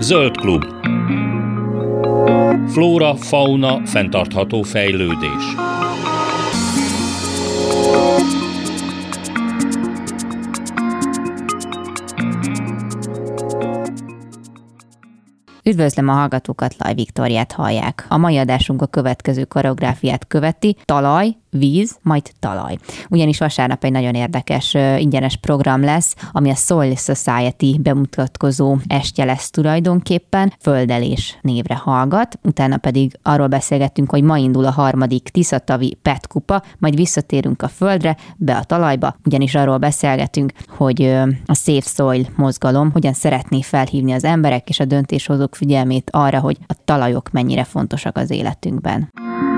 Zöld klub. Flóra, fauna, fenntartható fejlődés. Üdvözlöm a hallgatókat, Laj Viktóriát hallják. A mai adásunk a következő koreográfiát követi: talaj, víz, majd talaj. Ugyanis vasárnap egy nagyon érdekes ingyenes program lesz, ami a Soil Society bemutatkozó estje lesz tulajdonképpen, Földelés névre hallgat. Utána pedig arról beszélgettünk, hogy ma indul a 3. Tiszatavi PET kupa, majd visszatérünk a földre, be a talajba, ugyanis arról beszélgetünk, hogy a Safe Soil mozgalom hogyan szeretné felhívni az emberek és a döntéshozók figyelmét arra, hogy a talajok mennyire fontosak az életünkben.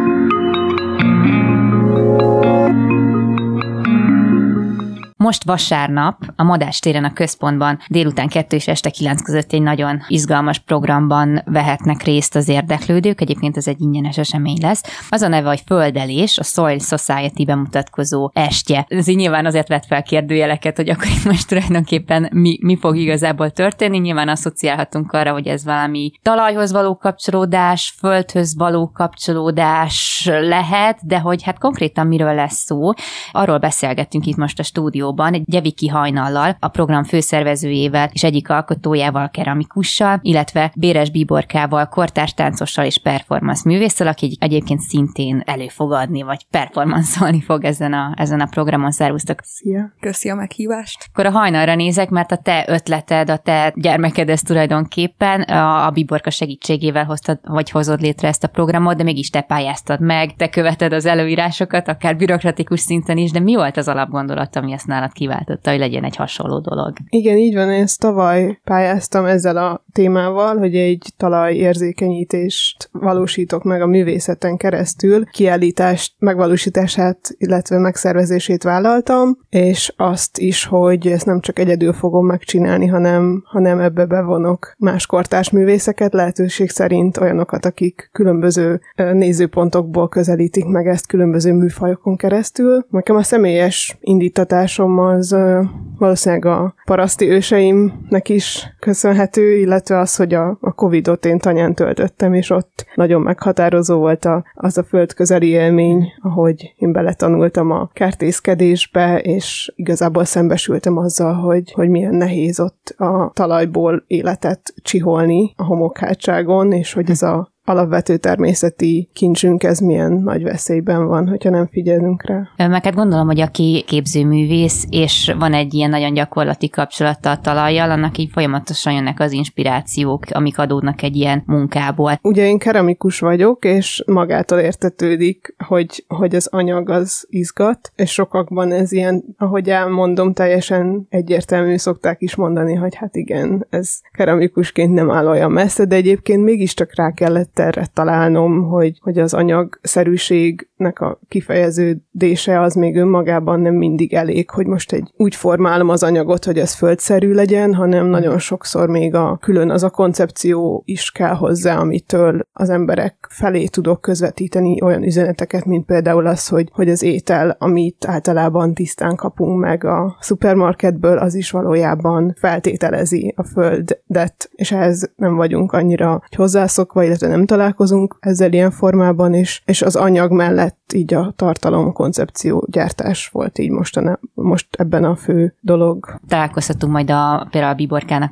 Most vasárnap a Madách téren a központban délután 2 és este 9 között egy nagyon izgalmas programban vehetnek részt az érdeklődők, egyébként ez egy ingyenes esemény lesz. Az a neve, hogy Földelés, a Soil Society bemutatkozó estje. Ez így nyilván azért vett fel kérdőjeleket, hogy akkor itt most tulajdonképpen mi fog igazából történni. Nyilván asszociálhatunk arra, hogy ez valami talajhoz való kapcsolódás, földhöz való kapcsolódás lehet, de hogy hát konkrétan miről lesz szó, arról beszélgettünk itt most a stúdióban, Gyeviki Hajnallal, a program főszervezőjével és egyik alkotójával, keramikussal, illetve Béres Bíborkával, kortárs táncossal és performance művésszel, aki egyébként szintén elő fog adni, vagy performanszolni fog ezen a programon. Szervusztok! Szia! Köszi a meghívást! Akkor a Hajnalra nézek, mert a te ötleted, a te gyermeked ez tulajdonképpen a Bíborka segítségével hozod létre ezt a programot, de mégis te pályáztad meg, te követed az előírásokat, akár bürokratikus szinten is, de mi volt az alapgondolat, ami ezt nálad kiváltotta, hogy legyen egy hasonló dolog? Igen, így van, én ezt tavaly pályáztam ezzel a témával, hogy egy talajérzékenyítést valósítok meg a művészeten keresztül, kiállítást megvalósítását, illetve megszervezését vállaltam, és azt is, hogy ezt nem csak egyedül fogom megcsinálni, hanem ebbe bevonok más kortárs művészeket, lehetőség szerint olyanokat, akik különböző nézőpontokból közelítik meg ezt különböző műfajokon keresztül. Nekem a személyes indítatásom az valószínűleg a paraszti őseimnek is köszönhető, illetve az, hogy a Covid-ot én Tanyán töltöttem, és ott nagyon meghatározó volt az a földközeli élmény, ahogy én beletanultam a kertészkedésbe, és igazából szembesültem azzal, hogy milyen nehéz ott a talajból életet csiholni a homokhátságon, és hogy ez a alapvető természeti kincsünk, ez milyen nagy veszélyben van, hogyha nem figyelünk rá. Meg hát gondolom, hogy aki képzőművész, és van egy ilyen nagyon gyakorlati kapcsolata a talajjal, annak így folyamatosan jönnek az inspirációk, amik adódnak egy ilyen munkából. Ugye én keramikus vagyok, és magától értetődik, hogy az anyag az izgat, és sokakban ez ilyen, ahogy elmondom, teljesen egyértelmű, szokták is mondani, hogy hát igen, ez keramikusként nem áll olyan messze, de egyébként mégiscsak rá kellett erre találnom, hogy az anyagszerűségnek a kifejeződése az még önmagában nem mindig elég, hogy most úgy formálom az anyagot, hogy ez földszerű legyen, hanem nagyon sokszor még külön az a koncepció is kell hozzá, amitől az emberek felé tudok közvetíteni olyan üzeneteket, mint például az, hogy az étel, amit általában tisztán kapunk meg a szupermarketből, az is valójában feltételezi a földet, és ehhez nem vagyunk annyira hozzászokva, illetve nem találkozunk ezzel ilyen formában is, és az anyag mellett így a tartalom koncepció gyártás volt így most ebben a fő dolog. Találkozhatunk majd például a Bíborkának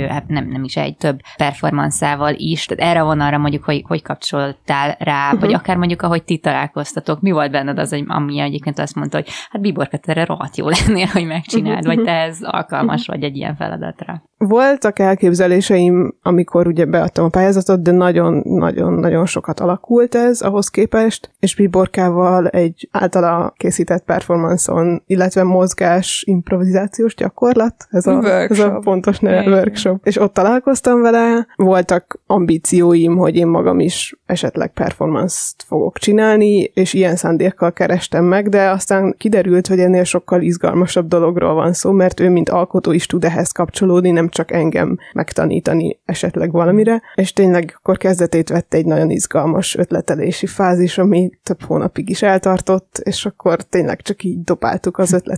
több performanszával is, tehát erre van arra mondjuk, hogy kapcsoltál rá, vagy akár mondjuk, ahogy ti találkoztatok, mi volt benned az, ami egyébként azt mondta, hogy hát Bíborka, te erre rohadt jó lennél, hogy megcsináld, vagy te ez alkalmas vagy egy ilyen feladatra. Voltak elképzeléseim, amikor ugye beadtam a pályázatot, de nagyon sokat alakult ez ahhoz képest, és Bíborkával egy általa készített performanszon, illetve mozgás improvizációs gyakorlat, ez a pontos neve, workshop. És ott találkoztam vele, voltak ambícióim, hogy én magam is esetleg performance-t fogok csinálni, és ilyen szándékkal kerestem meg, de aztán kiderült, hogy ennél sokkal izgalmasabb dologról van szó, mert ő, mint alkotó is tud ehhez kapcsolódni, nem csak engem megtanítani esetleg valamire, és tényleg akkor kezdetét vett egy nagyon izgalmas ötletelési fázis, ami több hónapig is eltartott, és akkor tényleg csak így dobáltuk az ötletet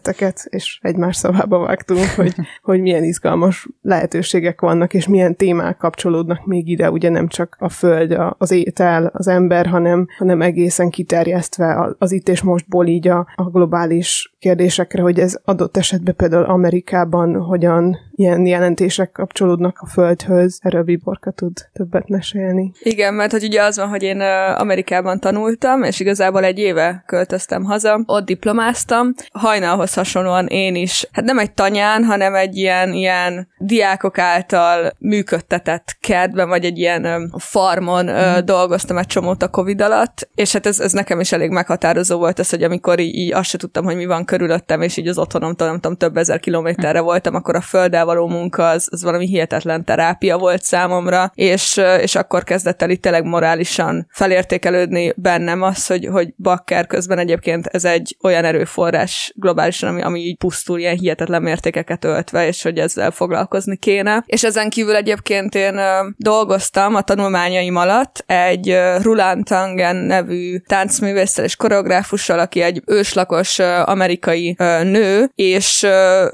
történeteket, és egymás szavába vágtunk, hogy milyen izgalmas lehetőségek vannak, és milyen témák kapcsolódnak még ide, ugye nem csak a föld, az étel, az ember, hanem egészen kiterjesztve az itt és mostból így a globális kérdésekre, hogy ez adott esetben például Amerikában hogyan ilyen jelentések kapcsolódnak a földhöz. Erről Biborka tud többet mesélni. Igen, mert hogy ugye az van, hogy én Amerikában tanultam, és igazából 1 éve költöztem haza, ott diplomáztam. Hajnalhoz hasonlóan én is, hát nem egy tanyán, hanem egy ilyen diákok által működtetett kertben, vagy egy ilyen farmon dolgoztam egy csomót a Covid alatt, és hát ez nekem is elég meghatározó volt ez, hogy amikor így azt se tudtam, hogy mi van körülöttem, és így az otthonomtól, nem tudom, több ezer kilométerre voltam, akkor a földdel való munka az valami hihetetlen terápia volt számomra, és akkor kezdett el itt tényleg morálisan felértékelődni bennem az, hogy bakker, közben egyébként ez egy olyan erőforrás globálisan, ami így pusztul ilyen hihetetlen mértékeket öltve, és hogy ezzel foglalkozni kéne. És ezen kívül egyébként én dolgoztam a tanulmányaim alatt egy Roland Tangen nevű táncművésszel és koreográfussal, aki egy őslakos amerikai nő, és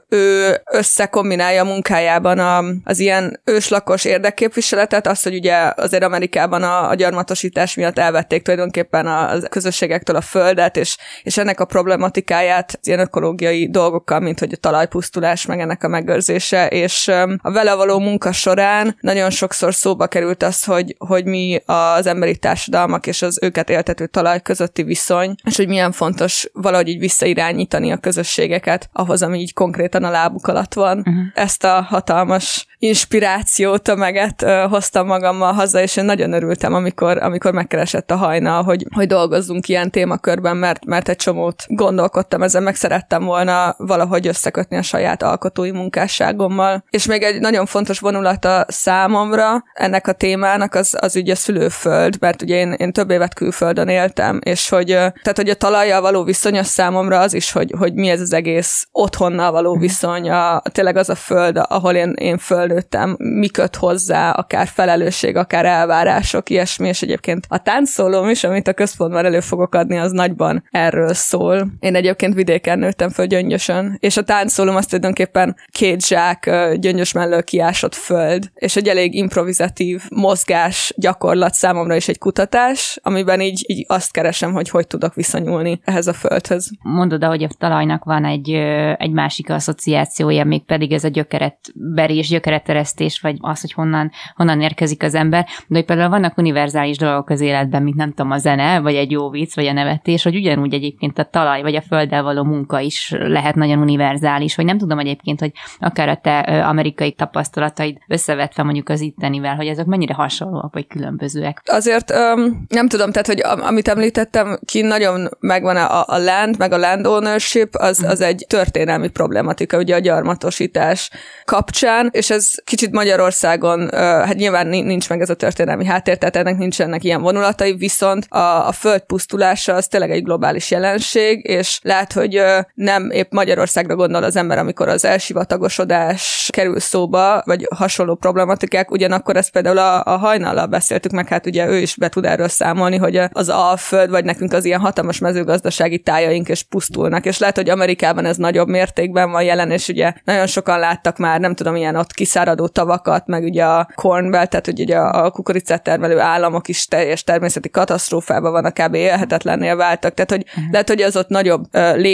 ő összekombinálja a munkájában az ilyen őslakos érdekképviseletet, azt, hogy ugye azért Amerikában a gyarmatosítás miatt elvették tulajdonképpen a közösségektől a földet, és ennek a problematikáját az ilyen ökológiai dolgokkal, mint hogy a talajpusztulás, meg ennek a megőrzése, és a vele való munka során nagyon sokszor szóba került az, hogy mi az emberi társadalmak és az őket éltető talaj közötti viszony, és hogy milyen fontos valahogy így visszairányítani a közösségeket ahhoz, ami így konkrétan a lábuk alatt van. Ezt a hatalmas inspirációt, tömeget hoztam magammal haza, és én nagyon örültem, amikor megkeresett a Hajnal, hogy dolgozzunk ilyen témakörben, mert egy csomót gondolkodtam ezen, meg szerettem volna valahogy összekötni a saját alkotói munkásságommal. És még egy nagyon fontos vonulata számomra ennek a témának az ugye a szülőföld, mert ugye én több évet külföldön éltem, és hogy a talajjal való viszony az számomra az is, hogy mi ez az egész otthonnal való viszony, tényleg az a föld, ahol én fölnőttem, mi köt hozzá, akár felelősség, akár elvárások, ilyesmi, és egyébként a táncszólóm is, amit a központban elő fogok adni, az nagyban erről szól. Én egyébként vidéken nőttem föl, Gyöngyösön, és a táncszólóm az tulajdonképpen 2 zsák Gyöngyös mellől kiásott föld, és egy elég improvizatív mozgás gyakorlat számomra is egy kutatás, amiben így azt keresem, hogy tudok viszonyulni ehhez a földhöz. Mondod, hogy a talajnak van egy másik asszociációja, még pedig ez a gyökeretberés, gyökereteresztés, vagy az, hogy honnan érkezik az ember, de hogy például vannak univerzális dolgok az életben, mint nem tudom, a zene, vagy egy jó vicc, vagy a nevetés, hogy ugyanúgy egyébként a talaj, vagy a földdel való munka is lehet nagyon univerzális, vagy nem tudom egyébként, hogy akár a te amerikai tapasztalataid összevetve mondjuk az ittenivel, hogy ezek mennyire hasonlóak, vagy különbözőek. Azért nem tudom, tehát, hogy amit említettem, ki nagyon megvan a land, meg a land ownership, az egy történelmi problematika, ugye a gyarmatosítás kapcsán, és ez kicsit Magyarországon, hát nyilván nincs meg ez a történelmi háttér, tehát ennek nincsenek ilyen vonulatai, viszont a föld pusztulása az tényleg egy globális jelenség, és lehet, hogy nem épp Magyarországra gondol az ember, amikor az elsivatagosodás kerül szóba, vagy hasonló problematikák, ugyanakkor ezt például a Hajnallal beszéltük meg, hát ugye ő is be tud erről számolni, hogy az Alföld, vagy nekünk az ilyen hatalmas mezőgazdasági tájaink is pusztulnak, és lehet, hogy Amerikában ez nagyobb mértékben van jelen, és ugye nagyon sokan láttak már, nem tudom, ilyen ott kiszáradó tavakat, meg ugye a Corn Belt, tehát ugye a kukoricát termelő államok is teljes természeti katasztrófában vannak, kb. Élhetetlennél váltak, tehát hogy lehet, hogy az ott nagyobb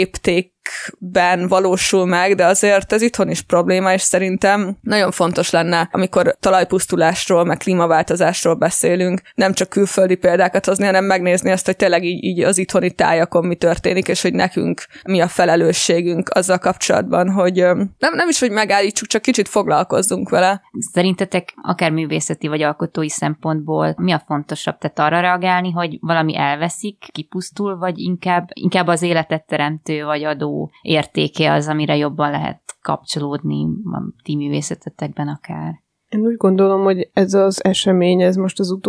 léptékben valósul meg, de azért ez itthon is probléma, és szerintem nagyon fontos lenne, amikor talajpusztulásról, meg klímaváltozásról beszélünk, nem csak külföldi példákat hozni, hanem megnézni azt, hogy tényleg így az itthoni tájakon mi történik, és hogy nekünk mi a felelősségünk azzal kapcsolatban, hogy nem is, hogy megállítsuk, csak kicsit foglalkozzunk vele. Szerintetek akár művészeti vagy alkotói szempontból mi a fontosabb? Tehát arra reagálni, hogy valami elveszik, kipusztul, vagy inkább az életet teremtő vagy adó értéke az, amire jobban lehet kapcsolódni a ti művészetetekben akár? Én úgy gondolom, hogy ez az esemény, ez most az utóbbi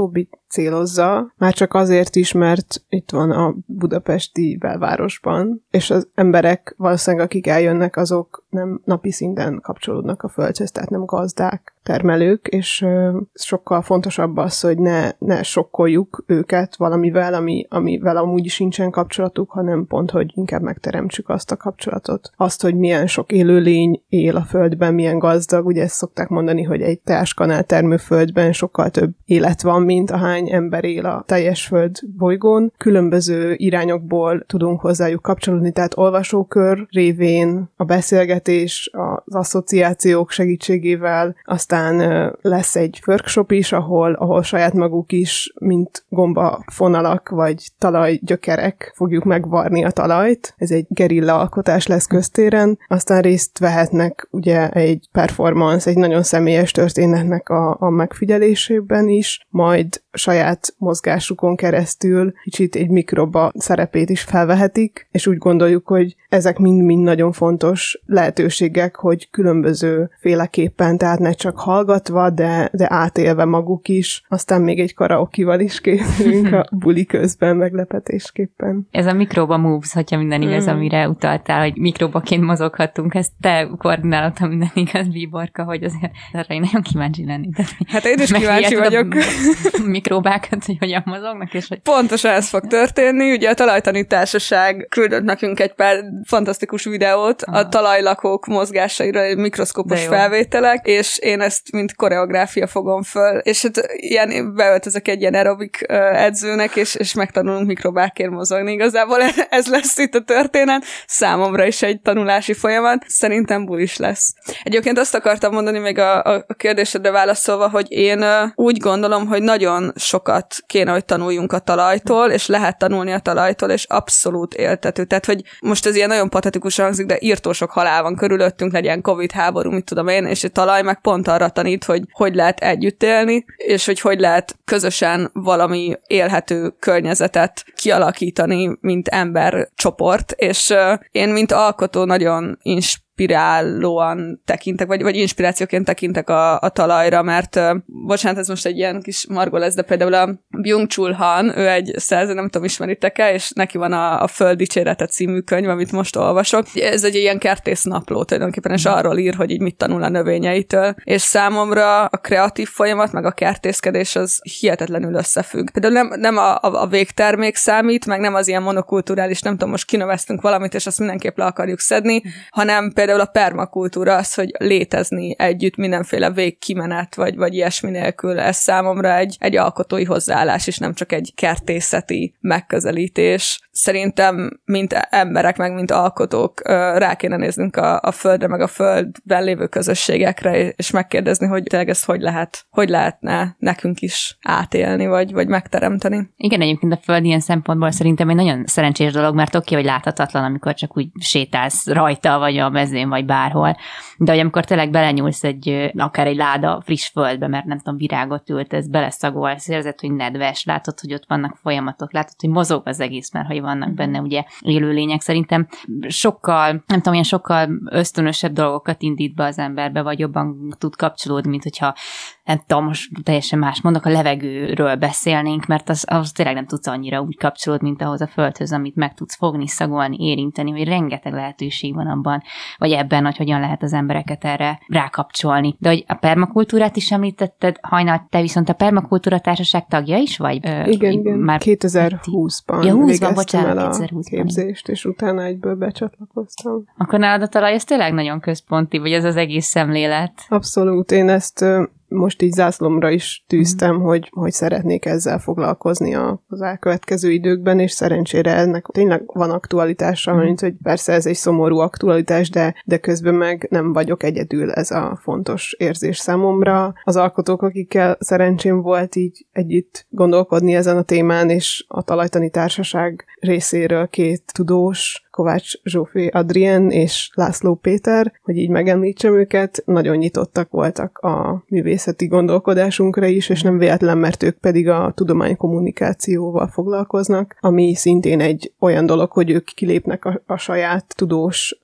célozza, már csak azért is, mert itt van a budapesti belvárosban, és az emberek valószínűleg, akik eljönnek, azok nem napi szinten kapcsolódnak a földhöz, tehát nem gazdák, termelők, és sokkal fontosabb az, hogy ne sokkoljuk őket valamivel, amivel amúgy is nincsen kapcsolatuk, hanem pont, hogy inkább megteremtsük azt a kapcsolatot. Azt, hogy milyen sok élőlény él a földben, milyen gazdag, ugye ezt szokták mondani, hogy egy teáskanál termőföldben sokkal több élet van, mint ahány ember él a teljes föld bolygón. Különböző irányokból tudunk hozzájuk kapcsolódni, tehát olvasókör révén, a beszélgetés, az asszociációk segítségével, aztán lesz egy workshop is, ahol saját maguk is, mint gombafonalak vagy talajgyökerek fogjuk megvarni a talajt. Ez egy gerilla alkotás lesz köztéren. Aztán részt vehetnek ugye egy performance, egy nagyon személyes történetnek a megfigyelésében is, majd saját mozgásukon keresztül kicsit egy mikroba szerepét is felvehetik, és úgy gondoljuk, hogy ezek mind-mind nagyon fontos lehetőségek, hogy különböző féleképpen, tehát ne csak hallgatva, de átélve maguk is. Aztán még egy karaokival is készülünk a buli közben meglepetésképpen. Ez a Mikroba Moves, hogyha minden igaz, amire utaltál, hogy mikrobaként mozoghattunk, ezt te koordinálod, ha minden igaz, Bíborka, hogy azért arra én nagyon kíváncsi lenni. Hát én is kíváncsi vagyok. Mikrobákat, hogy hogyan mozognak, és hogy... Pontosan ez fog történni. Ugye a Talajtani Társaság küldött nekünk egy pár fantasztikus videót a talajlakók mozgásaira, mikroszkópos felvételek, és én ezt mint koreográfia fogom föl, és hát ilyen beöltözök egy ilyen aerobik edzőnek, és megtanulunk mikrobákért mozogni. Igazából ez lesz itt a történet. Számomra is egy tanulási folyamat. Szerintem bulis lesz. Egyébként azt akartam mondani még a kérdésedre válaszolva, hogy én úgy gondolom, hogy nagyon sokat kéne, hogy tanuljunk a talajtól, és lehet tanulni a talajtól, és abszolút éltető. Tehát, hogy most ez ilyen nagyon patetikusan hangzik, de írtó sok halál van körülöttünk, legyen Covid, háború, mit tudom én, és a talaj meg pont arra tanít, hogy lehet együtt élni, és hogy lehet közösen valami élhető környezetet kialakítani, mint embercsoport, és én, mint alkotó, nagyon inspirálóan tekintek, vagy inspirációként tekintek a talajra, mert bocsánat, ez most egy ilyen kis margó lesz, de például a Byung-Chul Han, ő egy szerző, nem tudom, ismeritek-e, és neki van a Föld dicsérete című könyv, amit most olvasok. Ez egy ilyen kertész-napló tulajdonképpen, és arról ír, hogy így mit tanul a növényeitől. És számomra a kreatív folyamat, meg a kertészkedés az hihetetlenül összefügg. Például nem a végtermék számít, meg nem az ilyen monokulturális, nem tudom, most kinöveztünk valamit, és azt mindenképp le akarjuk szedni, hanem például a permakultúra az, hogy létezni együtt mindenféle végkimenet, vagy ilyesmi nélkül. Ez számomra egy alkotói hozzáállás, és nem csak egy kertészeti megközelítés. Szerintem, mint emberek, meg mint alkotók rá kéne néznünk a földre, meg a földben lévő közösségekre, és megkérdezni, hogy tényleg ezt hogy lehetne nekünk is átélni, vagy megteremteni. Igen, egyébként a föld ilyen szempontból szerintem egy nagyon szerencsés dolog, mert oké, hogy láthatatlan, amikor csak úgy sétálsz rajta, vagy a mezőn, vagy bárhol. De hogy amikor tényleg belenyúlsz akár egy láda friss földbe, mert nem tudom, virágot ültesz, beleszagolsz, érzed, hogy nedves, látod, hogy ott vannak folyamatok, látod, hogy mozog az egész, mert hogy vannak benne ugye élőlények. Szerintem sokkal ösztönösebb dolgokat indít be az emberbe, vagy jobban tud kapcsolódni, mint hogyha nem tudom, most teljesen más mondok, a levegőről beszélnénk, mert az tényleg nem tudsz annyira úgy kapcsolódni, mint ahhoz a földhöz, amit meg tudsz fogni, szagolni, érinteni, hogy rengeteg lehetőség van abban, vagy ebben, hogy hogyan lehet az embereket erre rákapcsolni. De hogy a permakultúrát is említetted, Hajnal, te viszont a Permakultúra Társaság tagja is vagy? Igen, már 2020-ban végeztem el a képzést, és utána egyből becsatlakoztam. Akkor nálad a talaj, ez tényleg nagyon központi, vagy ez az egész szemlélet? Abszolút, én ezt most így zászlomra is tűztem, hogy szeretnék ezzel foglalkozni az elkövetkező időkben, és szerencsére ennek tényleg van aktualitása, mint hogy persze ez egy szomorú aktualitás, de közben meg nem vagyok egyedül, ez a fontos érzés számomra. Az alkotók, akikkel szerencsém volt így együtt gondolkodni ezen a témán, és a Talajtani Társaság részéről 2 tudós, Kovács Zsófi Adrien és László Péter, hogy így megemlítsem őket, nagyon nyitottak voltak a művészeti gondolkodásunkra is, és nem véletlen, mert ők pedig a tudománykommunikációval foglalkoznak, ami szintén egy olyan dolog, hogy ők kilépnek a saját tudós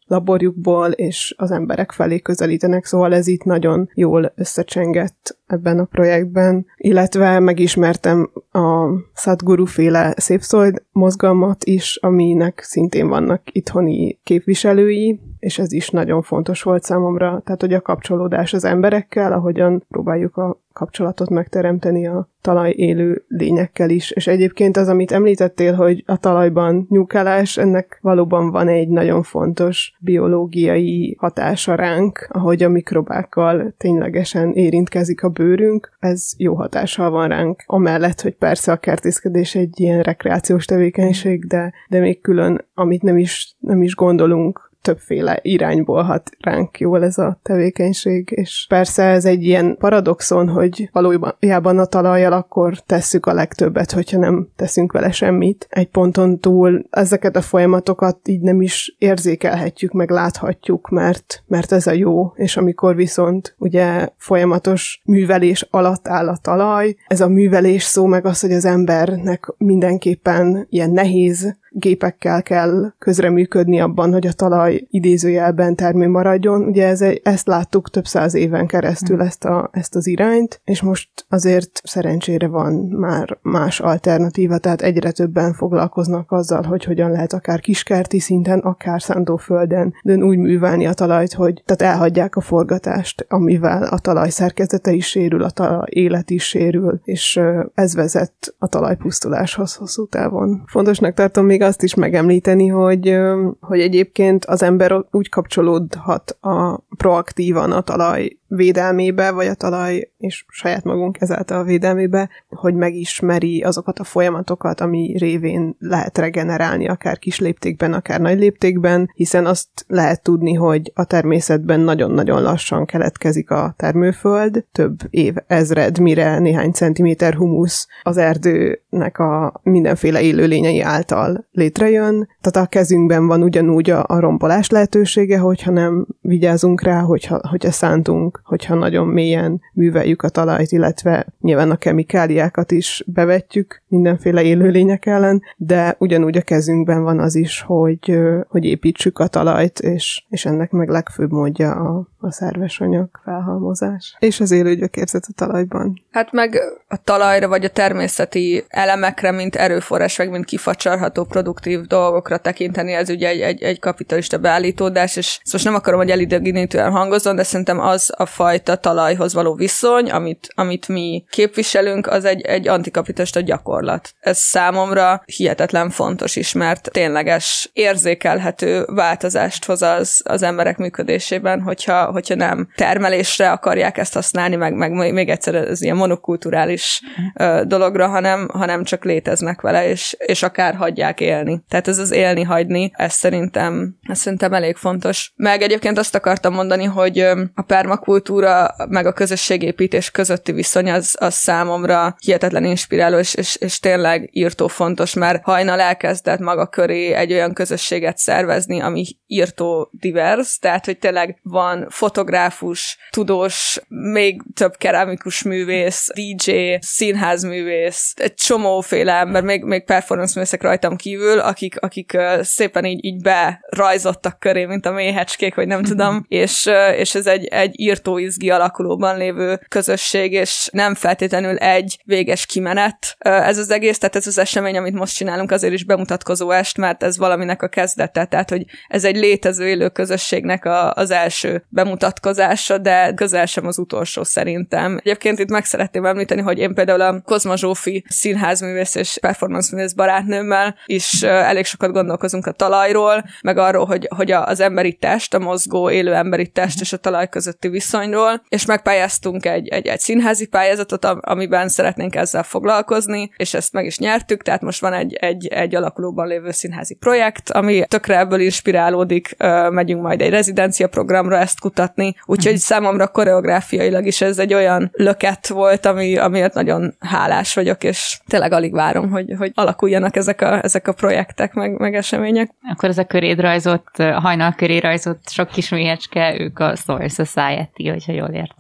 laborjukból, és az emberek felé közelítenek, szóval ez itt nagyon jól összecsengett ebben a projektben, illetve megismertem a Sadhguru-féle szépszóld mozgalmat is, aminek szintén vannak itthoni képviselői, és ez is nagyon fontos volt számomra, tehát hogy a kapcsolódás az emberekkel, ahogyan próbáljuk a kapcsolatot megteremteni a talaj élő lényekkel is. És egyébként az, amit említettél, hogy a talajban nyúkálás, ennek valóban van egy nagyon fontos biológiai hatása ránk, ahogy a mikrobákkal ténylegesen érintkezik a bőrünk, ez jó hatással van ránk. Amellett, hogy persze a kertészkedés egy ilyen rekreációs tevékenység, de még külön, amit nem is gondolunk, többféle irányból hat ránk jól ez a tevékenység, és persze ez egy ilyen paradoxon, hogy valójában a talajjal akkor tesszük a legtöbbet, hogyha nem teszünk vele semmit. Egy ponton túl ezeket a folyamatokat így nem is érzékelhetjük, meg láthatjuk, mert ez a jó, és amikor viszont ugye folyamatos művelés alatt áll a talaj, ez a művelés szó meg az, hogy az embernek mindenképpen ilyen nehéz gépekkel kell közreműködni abban, hogy a talaj idézőjelben termő maradjon. Ugye ezt láttuk több száz éven keresztül ezt az irányt, és most azért szerencsére van már más alternatíva, tehát egyre többen foglalkoznak azzal, hogy hogyan lehet akár kiskerti szinten, akár szántóföldön úgy művelni a talajt, hogy tehát elhagyják a forgatást, amivel a talaj szerkezete is sérül, a talaj élet is sérül, és ez vezet a talajpusztuláshoz hosszú távon. Fontosnak tartom még azt is megemlíteni, hogy egyébként az ember úgy kapcsolódhat proaktívan a talaj védelmébe, vagy a talaj és saját magunk ezáltal a védelmébe, hogy megismeri azokat a folyamatokat, ami révén lehet regenerálni, akár kis léptékben, akár nagy léptékben, hiszen azt lehet tudni, hogy a természetben nagyon-nagyon lassan keletkezik a termőföld, több évezred, mire néhány centiméter humusz az erdőnek a mindenféle élőlényei által létrejön. Tehát a kezünkben van ugyanúgy a rombolás lehetősége, hogyha nem vigyázunk rá, hogyha szántunk, hogyha nagyon mélyen műveljük a talajt, illetve nyilván a kemikáliákat is bevetjük mindenféle élőlények ellen, de ugyanúgy a kezünkben van az is, hogy építsük a talajt, és ennek meg legfőbb módja a szerves anyag felhalmozás. És az élő gyökérzet a talajban. Hát meg a talajra, vagy a természeti elemekre, mint erőforrás, meg mint kifacsarható, produktív dolgokra tekinteni, ez ugye egy kapitalista beállítódás, és most nem akarom, hogy elidegenítően hangozzon, de szerintem az a fajta talajhoz való viszony, amit mi képviselünk, az egy antikapitalista gyakorlat. Ez számomra hihetetlen fontos is, mert tényleges, érzékelhető változást hoz az emberek működésében, hogyha nem termelésre akarják ezt használni, meg még egyszer ez ilyen monokulturális dologra, hanem csak léteznek vele, és akár hagyják élni. Tehát ez az élni hagyni, ez szerintem elég fontos. Meg egyébként azt akartam mondani, hogy a permakultúra meg a közösségépítés közötti viszony az számomra hihetetlen inspiráló, és tényleg írtó fontos, mert hajnal elkezdett maga köré egy olyan közösséget szervezni, ami írtó divers, tehát hogy tényleg van fotográfus, tudós, még több keramikus művész, DJ, színházművész, egy csomóféle ember, még performance művészek rajtam kívül, akik szépen így berajzottak köré, mint a méhecskék, vagy nem tudom, és ez egy írtóizgi alakulóban lévő közösség, és nem feltétlenül egy véges kimenet. Ez az egész, tehát ez az esemény, amit most csinálunk, azért is bemutatkozó est, mert ez valaminek a kezdete, tehát hogy ez egy létező élő közösségnek az első bemutatkozása, de közel sem az utolsó szerintem. Egyébként itt meg szeretném említeni, hogy én például a Kozma Zsófi színházművész és performance művész barátnőmmel is elég sokat gondolkozunk a talajról, meg arról, hogy az emberi test, a mozgó, élő emberi test és a talaj közötti viszonyról, és megpályáztunk egy színházi pályázatot, amiben szeretnénk ezzel foglalkozni, és ezt meg is nyertük, tehát most van egy alakulóban lévő színházi projekt, ami tökre ebből inspirálódik, megyünk majd egy rezidencia programra ezt kutatni, úgyhogy számomra koreográfiailag is ez egy olyan löket volt, amiért nagyon hálás vagyok, és tényleg alig várom, hogy alakuljanak ezek a projektek, meg események. Akkor ez a köréd rajzott, hajnal köré rajzott sok kis méhecske, ők a Soil Society, hogyha jól értem.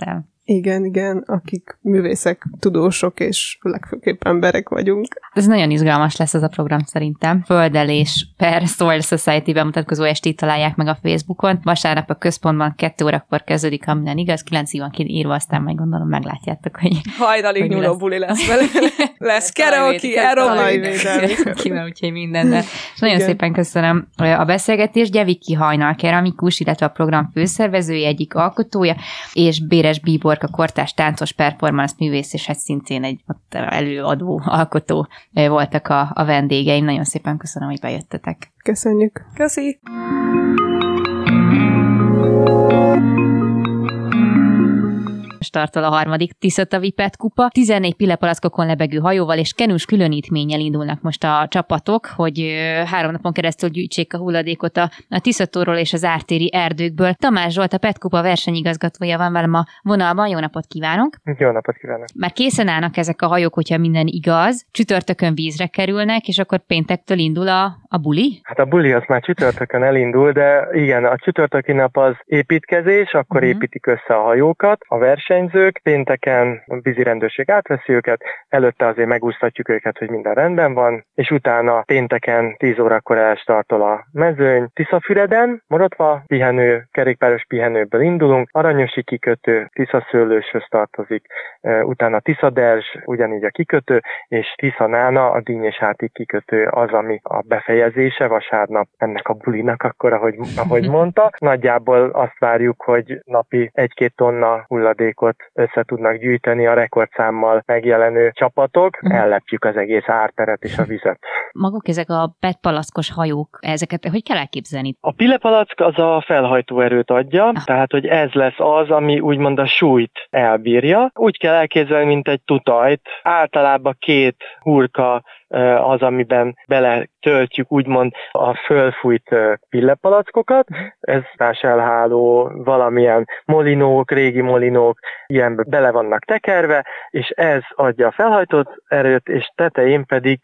Igen, akik művészek, tudósok és legfőképp emberek vagyunk. Ez nagyon izgalmas lesz ez a program szerintem. Földelés per Soil Society bemutatkozó estét találják meg a Facebookon. Vasárnap a központban 2 órakor kezdődik, ha minden igaz, 9-ig van kiírva, aztán majd gondolom meglátjátok, hogy... Hajnalig nyúló buli lesz vele. Lesz karaoke, aerobic, úgyhogy mindennel. És nagyon szépen köszönöm a beszélgetést. Gyeviki Hajnal keramikus, illetve a program főszervezője, egyik alkotója, és Béres Bíbor, a kortárs táncos performance művész, és hát szintén egy előadó, alkotó voltak a vendégeim. Nagyon szépen köszönöm, hogy bejöttetek. Köszönjük. Köszi. Startol a 3. Tiszatavi PET kupa. 14 pillepalackokon lebegő hajóval és kenus különítménnyel indulnak most a csapatok, hogy 3 napon keresztül gyűjtsék a hulladékot a Tiszatóról és az ártéri erdőkből. Tamás Zsolt, a PET kupa versenyigazgatója van velem a vonalban. Jó napot kívánok! Jó napot kívánok! Már készen állnak ezek a hajók, hogyha minden igaz. Csütörtökön vízre kerülnek, és akkor péntektől indul a buli? Hát a buli az már csütörtökön elindul, de igen, a csütörtöki nap az építkezés, akkor építik össze a hajókat, a versenyzők, pénteken a vízirendőrség átveszi őket, előtte azért megúsztatjuk őket, hogy minden rendben van, és utána pénteken 10 órakor elstartol a mezőny. Tiszafüreden, Morotva pihenő, kerékpáros pihenőből indulunk, Aranyosi kikötő, Tiszaszőlőshöz tartozik, utána Tiszaderzs, ugyanígy a kikötő, és Tiszanána, a Díny és Háti kikötő az, ami a befejezése vasárnap ennek a bulinak, akkor ahogy mondta. Nagyjából azt várjuk, hogy napi 1-2 tonna hulladékot össze tudnak gyűjteni a rekordszámmal megjelenő csapatok. Ellepjük az egész árteret és a vizet. Maguk ezek a PET palackos hajók, ezeket hogy kell elképzelni? A pillepalack az a felhajtó erőt adja, tehát hogy ez lesz az, ami úgymond a súlyt elbírja. Úgy kell elképzelni, mint egy tutajt. Általában 2 hurka az, amiben beletöltjük úgymond a fölfújt pillepalackokat. Ez táselháló, valamilyen molinók, régi molinók, ilyenbe bele vannak tekerve, és ez adja a felhajtott erőt, és tetején pedig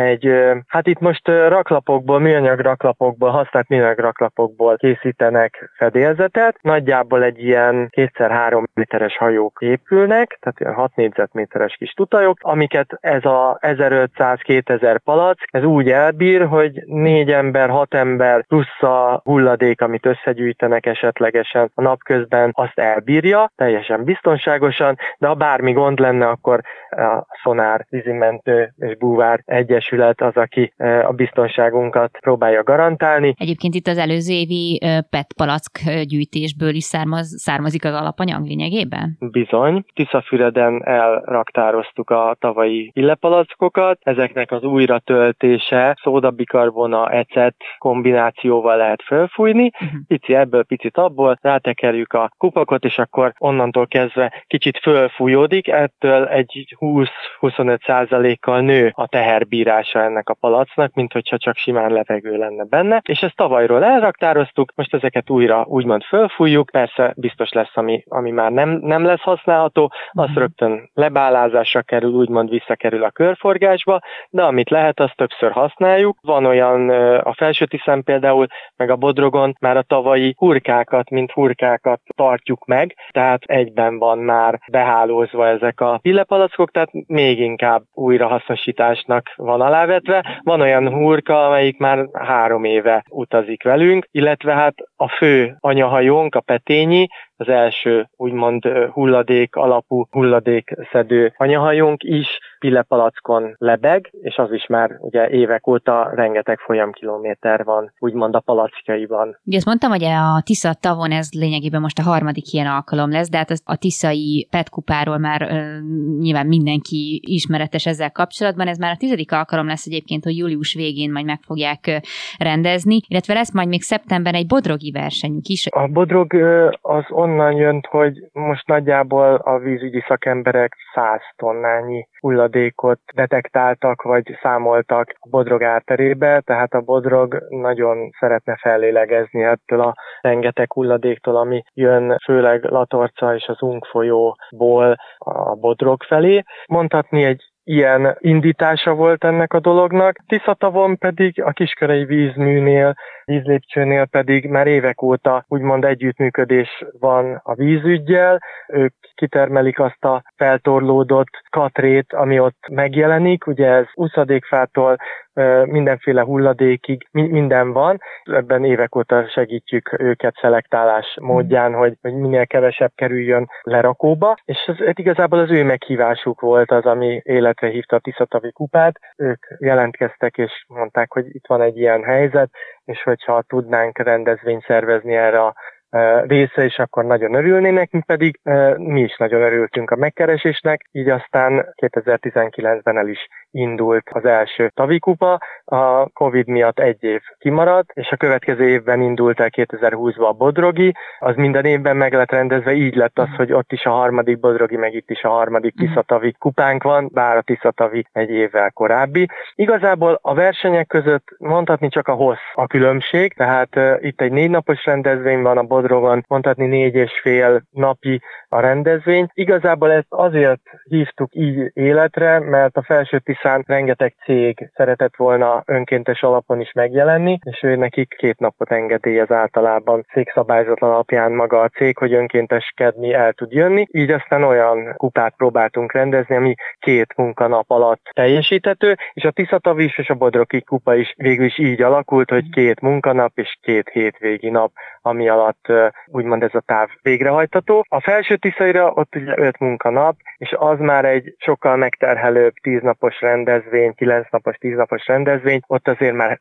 hát itt most raklapokból, műanyag raklapokból, használt műanyag raklapokból készítenek fedélzetet. Nagyjából egy ilyen 2x3 literes hajók épülnek, tehát ilyen 6 négyzetméteres kis tutajok, amiket ez a 1500-2000 palack, ez úgy elbír, hogy 4 ember, 6 ember plusz a hulladék, amit összegyűjtenek esetlegesen a napközben, azt elbírja, teljesen biztonságosan, de ha bármi gond lenne, akkor a Szonár vízimentő és búvár egyesület az, aki a biztonságunkat próbálja garantálni. Egyébként itt az előző évi PET palack gyűjtésből is származik az alapanyag lényegében? Bizony. Tiszafüreden elraktároztuk a tavalyi pillepalackokat. Ezeknek az újratöltése szódabikarbona, ecet kombinációval lehet fölfújni. Pici ebből, picit abból, rátekerjük a kupakot, és akkor onnantól kezdve kicsit fölfújódik, ettől egy 20-25%-kal nő a teherbírása ennek a palacnak, mint hogyha csak simán levegő lenne benne, és ezt tavalyról elraktároztuk, most ezeket újra úgymond fölfújjuk, persze biztos lesz, ami már nem lesz használható, az rögtön lebálázásra kerül, úgymond visszakerül a körforgásba, de amit lehet, azt többször használjuk. Van olyan a Felső-Tiszán például, meg a Bodrogon már a tavalyi hurkákat, mint hurkákat tartjuk meg, tehát egyben van már behálózva ezek a pillepalackok, tehát még inkább újrahasznosításnak van alávetve. Van olyan hurka, amelyik már 3 éve utazik velünk, illetve hát a fő anyahajónk, a Petényi, az első úgymond hulladék alapú hulladékszedő anyahajónk is pillepalackon lebeg, és az is már ugye évek óta rengeteg folyamkilométer van, úgymond a palackjaiban. Ugye azt mondtam, hogy a Tisza tavon ez lényegében most a 3. ilyen alkalom lesz, de hát a tiszai PET kupáról már nyilván mindenki ismeretes ezzel kapcsolatban. Ez már a 10. alkalom lesz egyébként, hogy július végén majd meg fogják rendezni, illetve lesz majd még szeptemberben egy bodrogi versenyük is. A bodrog az onnan jött, hogy most nagyjából a vízügyi szakemberek 100 tonnányi hulladékot detektáltak, vagy számoltak a Bodrog árterébe, tehát a Bodrog nagyon szeretne fellélegezni ettől a rengeteg hulladéktól, ami jön főleg Latorca és az Ung folyóból a Bodrog felé. Mondhatni egy ilyen indítása volt ennek a dolognak. Tiszatavon pedig a Kiskörei vízműnél, vízlépcsőnél pedig már évek óta úgymond együttműködés van a vízüggyel. Ők kitermelik azt a feltorlódott katrét, ami ott megjelenik. Ugye ez úszadékfától mindenféle hulladékig minden van. Ebben évek óta segítjük őket szelektálás módján, hogy minél kevesebb kerüljön lerakóba, és ez igazából az ő meghívásuk volt az, ami életre hívta a Tiszatavi kupát. Ők jelentkeztek és mondták, hogy itt van egy ilyen helyzet, és hogyha tudnánk rendezvényt szervezni erre a része, és akkor nagyon örülnének, mi is nagyon örültünk a megkeresésnek, így aztán 2019-ben el is indult az első tavikupa, a Covid miatt egy év kimaradt, és a következő évben indult el 2020-ban a bodrogi, az minden évben meg lett rendezve, így lett az, hogy ott is a harmadik bodrogi, meg itt is a harmadik Tiszatavi kupánk van, bár a Tiszatavi egy évvel korábbi. Igazából a versenyek között mondhatni csak a hossz a különbség, tehát itt egy 4 napos rendezvény van, a Bodrogon mondhatni 4,5 napi a rendezvény. Igazából ezt azért hívtuk így életre, mert a Felső Tiszán rengeteg cég szeretett volna önkéntes alapon is megjelenni, és ő nekik 2 napot engedélyez általában cégszabályzat alapján maga a cég, hogy önkénteskedni el tud jönni. Így aztán olyan kupát próbáltunk rendezni, ami 2 munkanap alatt teljesíthető, és a Tiszatavi és a Bodrogi kupa is végül is így alakult, hogy 2 munkanap és 2 hétvégi nap, ami alatt úgymond ez a táv végrehajtható. A Felső Tiszaira ott ugye 5 munkanap, és az már egy sokkal megterhelőbb 10 napos rendezvény, 9 napos, 10 napos rendezvény, ott azért már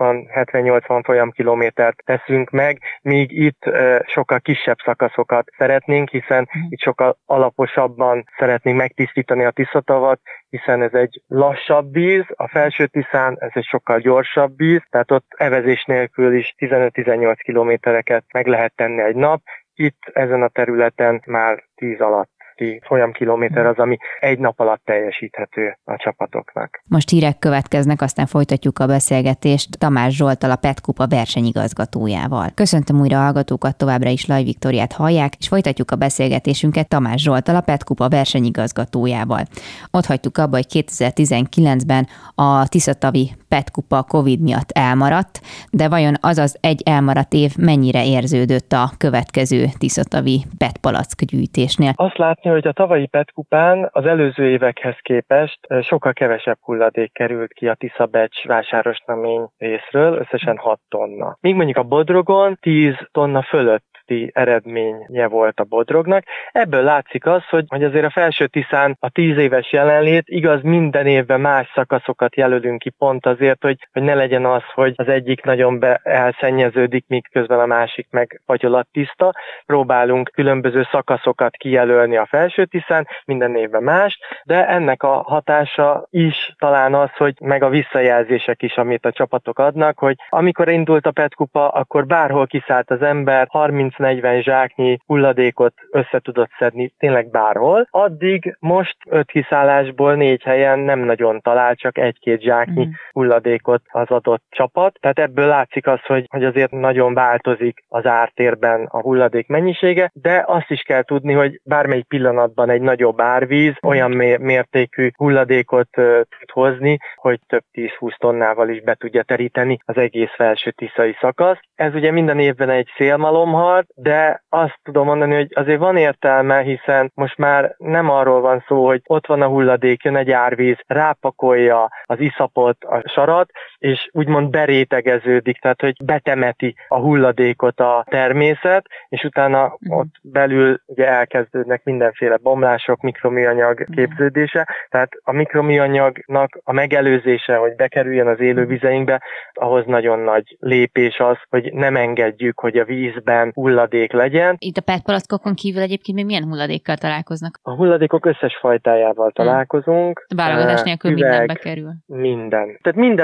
70-80 folyamkilométert teszünk meg, míg itt sokkal kisebb szakaszokat szeretnénk, hiszen itt sokkal alaposabban szeretnénk megtisztítani a Tiszatavat, hiszen ez egy lassabb víz, a Felső Tiszán ez egy sokkal gyorsabb víz, tehát ott evezés nélkül is 15-18 kilométereket meg lehet tenni egy nap. Itt ezen a területen már 10 alatti folyamkilométer az, ami egy nap alatt teljesíthető a csapatoknak. Most hírek következnek, aztán folytatjuk a beszélgetést Tamás Zsolttal, a PET Kupa versenyigazgatójával. Köszöntöm újra a hallgatókat, továbbra is Laj Viktóriát hallják, és folytatjuk a beszélgetésünket Tamás Zsolttal, a PET Kupa versenyigazgatójával. Ott hagytuk abba, hogy 2019-ben a Tiszatavi PET Kupa Covid miatt elmaradt, de vajon az egy elmaradt év mennyire érződött a következő Tiszatavi PET palack gyűjtésnél? Azt látni, hogy a tavalyi PET kupán az előző évekhez képest sokkal kevesebb hulladék került ki a Tiszabecs vásárosnamény részről, összesen 6 tonna. Míg mondjuk a Bodrogon 10 tonna fölött eredménye volt a Bodrognak. Ebből látszik az, hogy azért a Felső Tiszán a 10 éves jelenlét, igaz, minden évben más szakaszokat jelölünk ki pont azért, hogy ne legyen az, hogy az egyik nagyon elszennyeződik, míg közben a másik meg fagyolatttiszta. Próbálunk különböző szakaszokat kijelölni a Felső Tiszán, minden évben más, de ennek a hatása is talán az, hogy meg a visszajelzések is, amit a csapatok adnak, hogy amikor indult a PET kupa, akkor bárhol kiszállt az ember, 30-40 zsáknyi hulladékot össze tudott szedni, tényleg bárhol. Addig most 5 kiszállásból 4 helyen nem nagyon talál, csak 1-2 zsáknyi hulladékot az adott csapat. Tehát ebből látszik az, hogy azért nagyon változik az ártérben a hulladék mennyisége, de azt is kell tudni, hogy bármelyik pillanatban egy nagyobb árvíz olyan mértékű hulladékot tud hozni, hogy több 10-20 tonnával is be tudja teríteni az egész Felső Tiszai szakasz. Ez ugye minden évben egy szélmalomharc, de azt tudom mondani, hogy azért van értelme, hiszen most már nem arról van szó, hogy ott van a hulladék, jön egy árvíz, rápakolja az iszapot, a sarat, és úgymond berétegeződik, tehát hogy betemeti a hulladékot a természet, és utána ott belül ugye elkezdődnek mindenféle bomlások, mikroműanyag képződése, tehát a mikroműanyagnak a megelőzése, hogy bekerüljön az élővizeinkbe, ahhoz nagyon nagy lépés az, hogy nem engedjük, hogy a vízben hulladék legyen. Itt a PET palackokon kívül egyébként még milyen hulladékkal találkoznak? A hulladékok összes fajtájával találkozunk. Válogatás nélkül üveg, mindenbe kerül. Minden. Tehát minden, ami úszik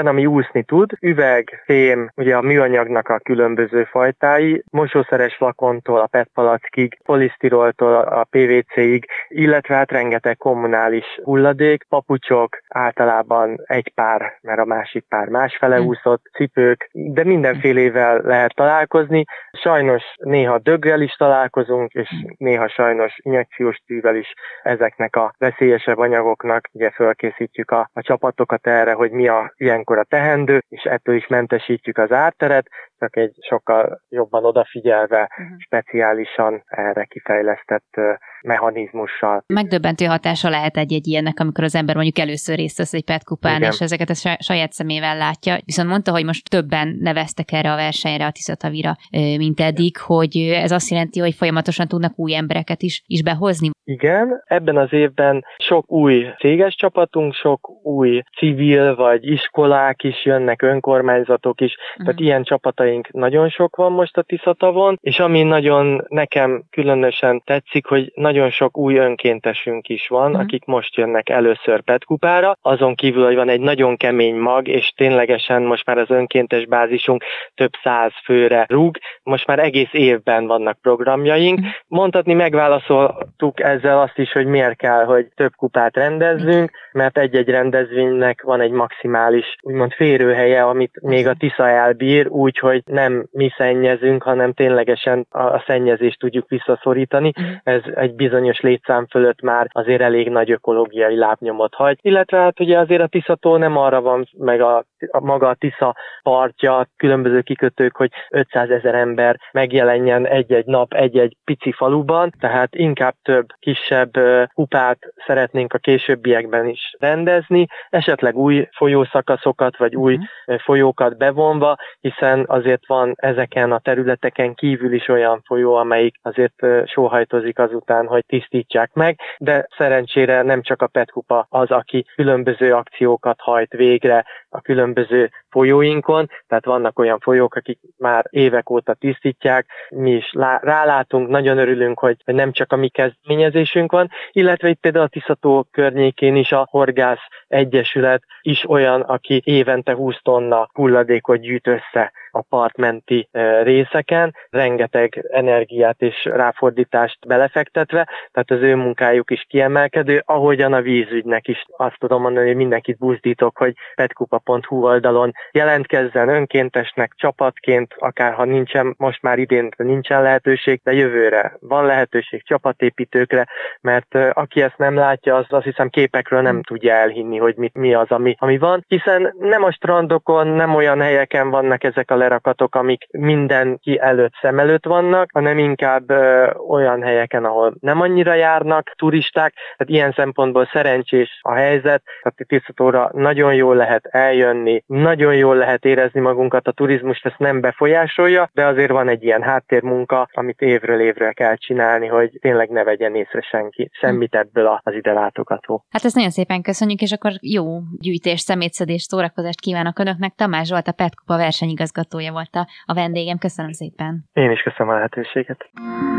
úszni tud. Üveg, fém, ugye a műanyagnak a különböző fajtái, mosószeres flakontól a PET palackig, polisztiroltól a PVC-ig, illetve hát rengeteg kommunális hulladék, papucsok, általában egy pár, mert a másik pár másfele úszott, cipők, de mindenfélével lehet találkozni. Sajnos néha döggel is találkozunk, és néha sajnos injekciós tűvel is ezeknek a veszélyesebb anyagoknak. Ugye fölkészítjük a csapatokat erre, hogy mi ilyenkor a teendő, és ettől is mentesítjük az árteret, csak egy sokkal jobban odafigyelve, speciálisan erre kifejlesztett mechanizmussal. Megdöbbentő hatása lehet egy ilyennek, amikor az ember mondjuk először részt vesz egy PET kupán, igen, és ezeket a saját szemével látja. Viszont mondta, hogy most többen neveztek erre a versenyre, a Tiszatavira, mint eddig, hogy ez azt jelenti, hogy folyamatosan tudnak új embereket is behozni. Igen, ebben az évben sok új céges csapatunk, sok új civil vagy iskolák is jönnek, önkormányzatok is, tehát ilyen csapataink nagyon sok van most a Tiszatavon, és ami nagyon nekem különösen tetszik, hogy nagyon sok új önkéntesünk is van, akik most jönnek először PET kupára, azon kívül, hogy van egy nagyon kemény mag, és ténylegesen most már az önkéntes bázisunk több 100 főre rúg, most már egész évben vannak programjaink. Mondhatni megválaszoltuk ezzel azt is, hogy miért kell, hogy több kupát rendezzünk, mert egy-egy rendezvénynek van egy maximális, úgymond férőhelye, amit még a Tisza elbír, úgyhogy nem mi szennyezünk, hanem ténylegesen a szennyezést tudjuk visszaszorítani. Ez egy bizonyos létszám fölött már azért elég nagy ökológiai lábnyomot hagy. Illetve hát ugye azért a Tiszató nem arra van, meg maga a Tisza partja, különböző kikötők, hogy 500 000 ember megjelenjen egy-egy nap egy-egy pici faluban, tehát inkább több kisebb kupát szeretnénk a későbbiekben is rendezni, esetleg új folyószakaszokat, vagy új folyókat bevonva, hiszen azért van ezeken a területeken kívül is olyan folyó, amelyik azért sóhajtozik azután, hogy tisztítsák meg, de szerencsére nem csak a PET kupa az, aki különböző akciókat hajt végre a különböző folyóinkon, tehát vannak olyan folyók, akik már évek óta tisztítják, mi is rálátunk, nagyon örülünk, hogy nem csak a mi kezdeményezésünk van, illetve itt például a Tiszató környékén is a Horgász Egyesület is olyan, aki évente 20 tonna hulladékot gyűjt össze a partmenti részeken, rengeteg energiát és ráfordítást belefektetve, tehát az ő munkájuk is kiemelkedő, ahogyan a vízügynek is azt tudom mondani, hogy mindenkit buzdítok, hogy petkupa.hu oldalon jelentkezzen önkéntesnek, csapatként, akár ha nincsen, most már idén nincsen lehetőség, de jövőre van lehetőség csapatépítőkre, mert aki ezt nem látja, az azt hiszem képekről nem tudja elhinni, hogy mi az, ami van, hiszen nem a strandokon, nem olyan helyeken vannak ezek a lerakatok, amik mindenki előtt szem előtt vannak, hanem inkább olyan helyeken, ahol nem annyira járnak turisták, tehát ilyen szempontból szerencsés a helyzet, tehát a Tiszatóra nagyon jól lehet eljönni, nagyon jól lehet érezni magunkat, a turizmust ezt nem befolyásolja, de azért van egy ilyen háttérmunka, amit évről évre kell csinálni, hogy tényleg ne vegyen észre semmit ebből az ide látogató. Hát ezt nagyon szépen köszönjük, és akkor jó gyűjtés, szemétszedés, szórakozást kívánok Önöknek. Tamás Zsolt, a PET kupa versenyigazgatója volt a vendégem. Köszönöm szépen. Én is köszönöm a lehetőséget.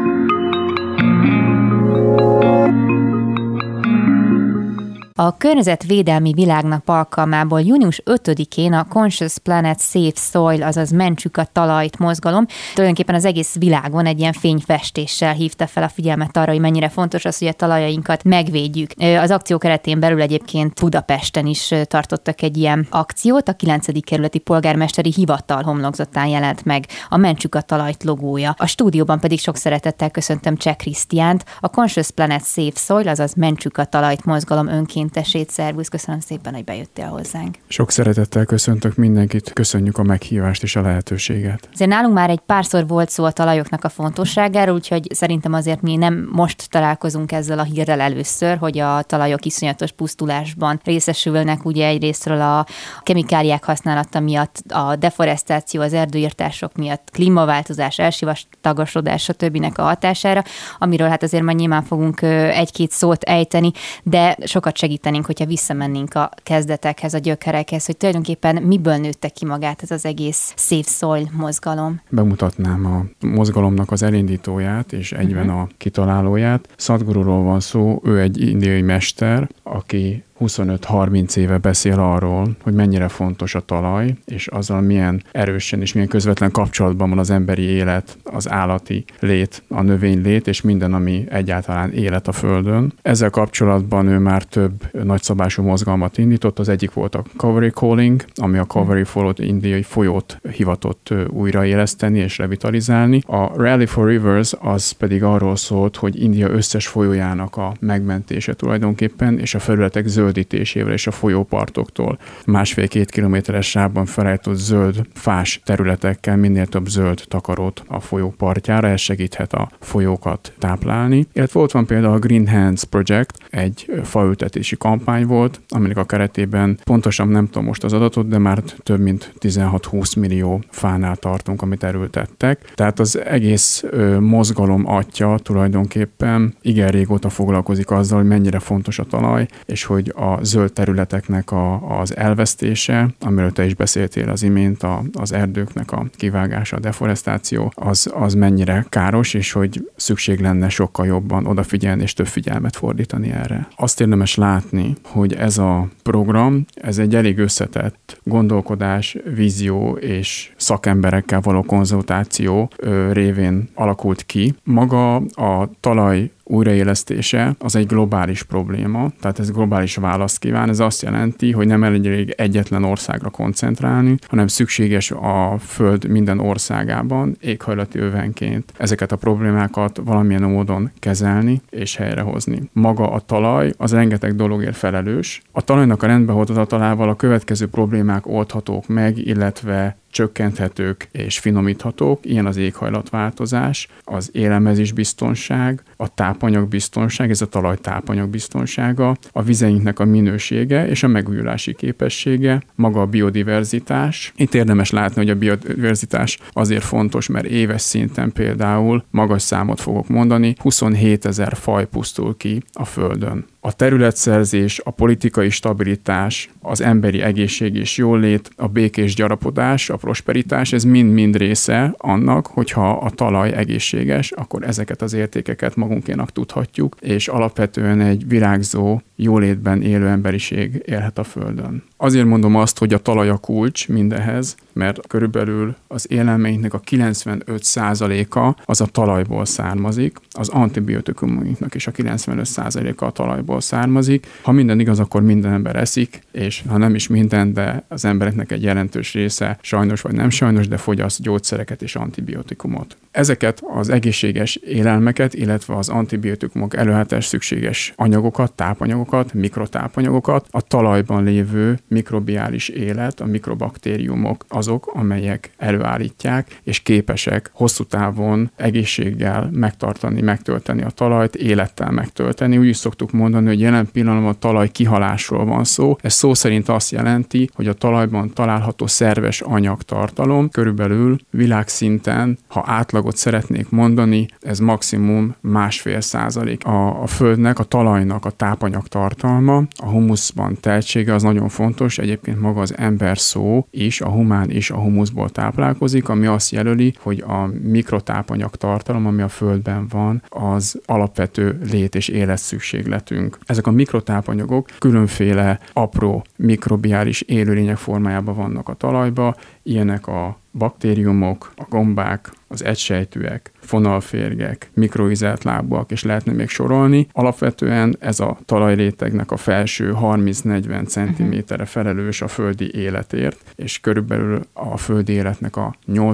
A Környezetvédelmi Világnap alkalmából június 5-én a Conscious Planet Save Soil, azaz Mentsük a talajt mozgalom tulajdonképpen az egész világon egy ilyen fényfestéssel hívta fel a figyelmet arra, hogy mennyire fontos az, hogy a talajainkat megvédjük. Az akció keretén belül egyébként Budapesten is tartottak egy ilyen akciót, a 9. kerületi polgármesteri hivatal homlokzatán jelent meg a Mentsük a talajt logója. A stúdióban pedig sok szeretettel köszöntöm Cseh Krisztiánt, a Conscious Planet Save Soil, azaz Mentsük a talajt mozgalom önkéntesét. Szervusz, köszönöm szépen, hogy bejöttél hozzánk. Sok szeretettel köszöntök mindenkit, köszönjük a meghívást és a lehetőséget. Azért nálunk már egy párszor volt szó a talajoknak a fontosságáról, úgyhogy szerintem azért mi nem most találkozunk ezzel a hírrel először, hogy a talajok iszonyatos pusztulásban részesülnek, ugye egyrésztről a kemikáliák használata miatt, a deforestáció, az erdőirtások miatt, klímaváltozás, elsivatagosodás, stb. A hatására, amiről hát azért majd nyilván fogunk egy-két szót ejteni, de sokat segítenénk, hogyha visszamennénk a kezdetekhez, a gyökerekhez, hogy tulajdonképpen miből nőtte ki magát ez az egész Save Soil mozgalom. Bemutatnám a mozgalomnak az elindítóját és egyben a kitalálóját. Szadgururól van szó, ő egy indiai mester, aki 25-30 éve beszél arról, hogy mennyire fontos a talaj, és azzal milyen erősen és milyen közvetlen kapcsolatban van az emberi élet, az állati lét, a növénylét, és minden, ami egyáltalán élet a Földön. Ezzel kapcsolatban ő már több nagyszabású mozgalmat indított, az egyik volt a Cauvery Calling, ami a Cauvery indiai folyót hivatott újraéleszteni és revitalizálni. A Rally for Rivers az pedig arról szólt, hogy India összes folyójának a megmentése tulajdonképpen, és a felületek zöldítésével és a folyópartoktól 1,5-2 kilométeres sávban felállított zöld fás területekkel minél több zöld takarót a folyó partjára, ez segíthet a folyókat táplálni. Illetve ott van például a Green Hands Project, egy faültetési kampány volt, aminek a keretében pontosan nem tudom most az adatot, de már több mint 16-20 millió fánál tartunk, amit erőltettek. Tehát az egész mozgalom atya tulajdonképpen igen régóta foglalkozik azzal, hogy mennyire fontos a talaj, és hogy a zöld területeknek az elvesztése, amiről te is beszéltél az imént, az erdőknek a kivágása, a deforestáció, az mennyire káros, és hogy szükség lenne sokkal jobban odafigyelni és több figyelmet fordítani erre. Azt érdemes látni, hogy ez a program, ez egy elég összetett gondolkodás, vízió és szakemberekkel való konzultáció révén alakult ki. Maga a talaj újraélesztése az egy globális probléma, tehát ez globális választ kíván. Ez azt jelenti, hogy nem elég egyetlen országra koncentrálni, hanem szükséges a Föld minden országában éghajlati övenként ezeket a problémákat valamilyen módon kezelni és helyrehozni. Maga a talaj az rengeteg dologért felelős. A talajnak a rendbehozatalával a következő problémák oldhatók meg, illetve csökkenthetők és finomíthatók, ilyen az éghajlatváltozás, az élelmezésbiztonság, a tápanyagbiztonság, ez a talaj tápanyagbiztonsága, a vizeinknek a minősége és a megújulási képessége, maga a biodiverzitás. Itt érdemes látni, hogy a biodiverzitás azért fontos, mert éves szinten például magas számot fogok mondani, 27 000 faj pusztul ki a Földön. A területszerzés, a politikai stabilitás, az emberi egészség és jólét, a békés gyarapodás, a prosperitás, ez mind-mind része annak, hogyha a talaj egészséges, akkor ezeket az értékeket magunkénak tudhatjuk, és alapvetően egy virágzó, jólétben élő emberiség élhet a Földön. Azért mondom azt, hogy a talaj a kulcs mindenhez, mert körülbelül az élelmeinknek a 95%-a az a talajból származik, az antibiotikumainknak is a 95%-a a talajból származik. Ha minden igaz, akkor minden ember eszik, és ha nem is minden, de az embereknek egy jelentős része sajnos vagy nem sajnos, de fogyaszt gyógyszereket és antibiotikumot. Ezeket az egészséges élelmeket, illetve az antibiotikumok előállítás szükséges anyagokat, tápanyagokat, mikrotápanyagokat a talajban lévő mikrobiális élet, a mikrobaktériumok azok, amelyek előállítják, és képesek hosszú távon egészséggel megtölteni a talajt, élettel megtölteni. Úgy is szoktuk mondani, hogy jelen pillanatban a talaj kihalásról van szó. Ez szó szerint azt jelenti, hogy a talajban található szerves anyagtartalom körülbelül világszinten, ha átlagot szeretnék mondani, ez maximum 1,5%. A földnek, a talajnak a tápanyagtartalma, a humuszban teltsége az nagyon fontos. Egyébként maga az ember szó is, a humán is a humuszból táplálkozik, ami azt jelöli, hogy a mikrotápanyagtartalom, ami a földben van, az alapvető lét- és életszükségletünk. Ezek a mikrotápanyagok különféle apró mikrobiális élőlények formájában vannak a talajba, ilyenek a baktériumok, a gombák, az egysejtűek, fonalférgek, mikroizelt lábúak, és lehetne még sorolni. Alapvetően ez a talajrétegnek a felső 30-40 cm felelős a földi életért, és körülbelül a földi életnek a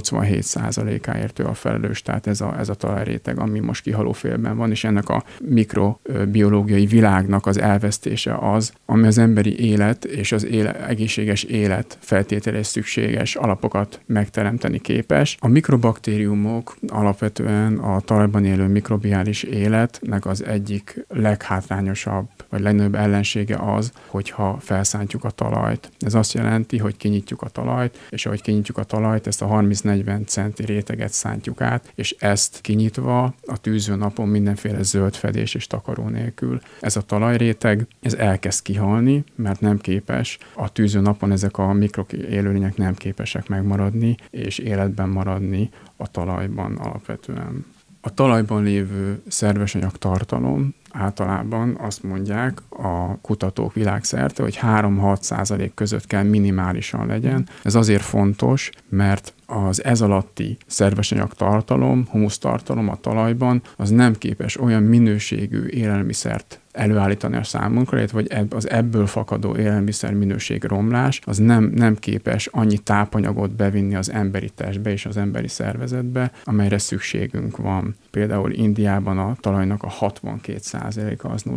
87%-áért ő a felelős, tehát ez a talajréteg, ami most kihalófélben van, és ennek a mikrobiológiai világnak az elvesztése az, ami az emberi élet és az egészséges élet feltétele szükséges alapokat megteremteni képes. A mikrobaktériumok alapvetően a talajban élő mikrobiális életnek az egyik leghátrányosabb, vagy legnagyobb ellensége az, hogyha felszántjuk a talajt. Ez azt jelenti, hogy kinyitjuk a talajt, és ahogy kinyitjuk a talajt, ezt a 30-40 centi réteget szántjuk át, és ezt kinyitva a tűző napon mindenféle zöld fedés és takaró nélkül. Ez a talajréteg, ez elkezd kihalni, mert nem képes. A tűző napon ezek a mikroélőlények nem képesek megmaradni, és életben maradni a talajban alapvetően. A talajban lévő szervesanyag tartalom általában azt mondják a kutatók világszerte, hogy 3-6% között kell minimálisan legyen. Ez azért fontos, mert az ez alatti szervesanyag tartalom, humusztartalom a talajban, az nem képes olyan minőségű élelmiszert előállítani a számunkra, vagy az ebből fakadó élelmiszer minőség romlás, az nem képes annyi tápanyagot bevinni az emberi testbe és az emberi szervezetbe, amelyre szükségünk van. Például Indiában a talajnak a 62%-a az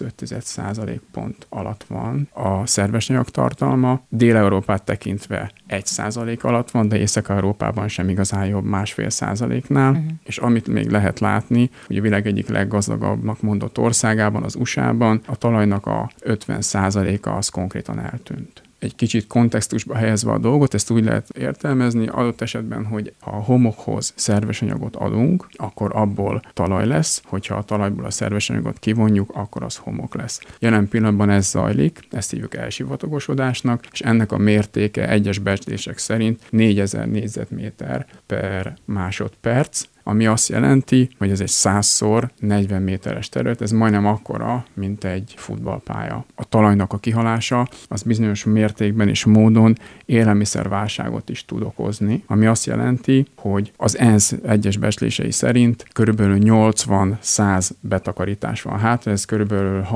0,5% pont alatt van. A szervesanyag tartalma Dél-Európát tekintve 1% alatt van, de Észak-Európában sem igazán jobb 1,5%-nál, és amit még lehet látni, hogy a világ egyik leggazdagabbnak mondott országában, az USA-ban a talajnak a 50%-a az konkrétan eltűnt. Egy kicsit kontextusba helyezve a dolgot, ezt úgy lehet értelmezni, adott esetben, hogy ha a homokhoz szervesanyagot adunk, akkor abból talaj lesz, hogyha a talajból a szervesanyagot kivonjuk, akkor az homok lesz. Jelen pillanatban ez zajlik, ezt hívjuk elsivatagosodásnak, és ennek a mértéke egyes becslések szerint 4000 négyzetméter per másodperc, ami azt jelenti, hogy ez egy 100x40 méteres terület, ez majdnem akkora, mint egy futballpálya. A talajnak a kihalása az bizonyos mértékben és módon élelmiszerválságot is tud okozni, ami azt jelenti, hogy az ENSZ egyes becslései szerint körülbelül 80-100 betakarítás van hátra, ez körülbelül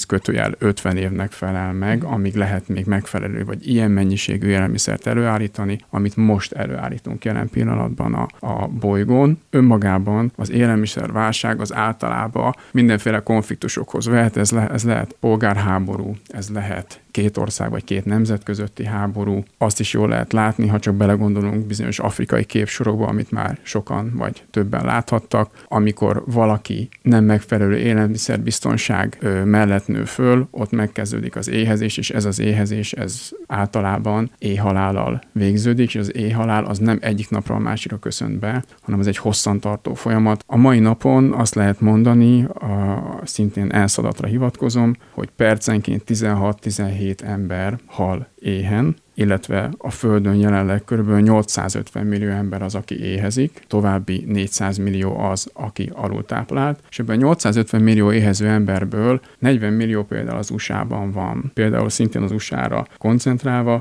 30-50 évnek felel meg, amíg lehet még megfelelő vagy ilyen mennyiségű élelmiszert előállítani, amit most előállítunk jelen pillanatban a bolygón. Önmagában az élelmiszerválság az általában mindenféle konfliktusokhoz vehet, ez lehet polgárháború, ez lehet két ország vagy két nemzet közötti háború. Azt is jól lehet látni, ha csak belegondolunk bizonyos afrikai képsorokba, amit már sokan vagy többen láthattak, amikor valaki nem megfelelő élelmiszerbiztonság mellett nő föl, ott megkezdődik az éhezés, és ez az éhezés, ez általában éhhalállal végződik, és az éhhalál az nem egyik napról a másikra köszönt be, hanem ez egy hosszantartó folyamat. A mai napon azt lehet mondani, szintén ENSZ adatra hivatkozom, hogy percenként 16-17 ember hal éhen, illetve a Földön jelenleg kb. 850 millió ember az, aki éhezik, további 400 millió az, aki alultáplált, és ebben 850 millió éhező emberből 40 millió például az USA-ban van. Például szintén az USA-ra koncentrálva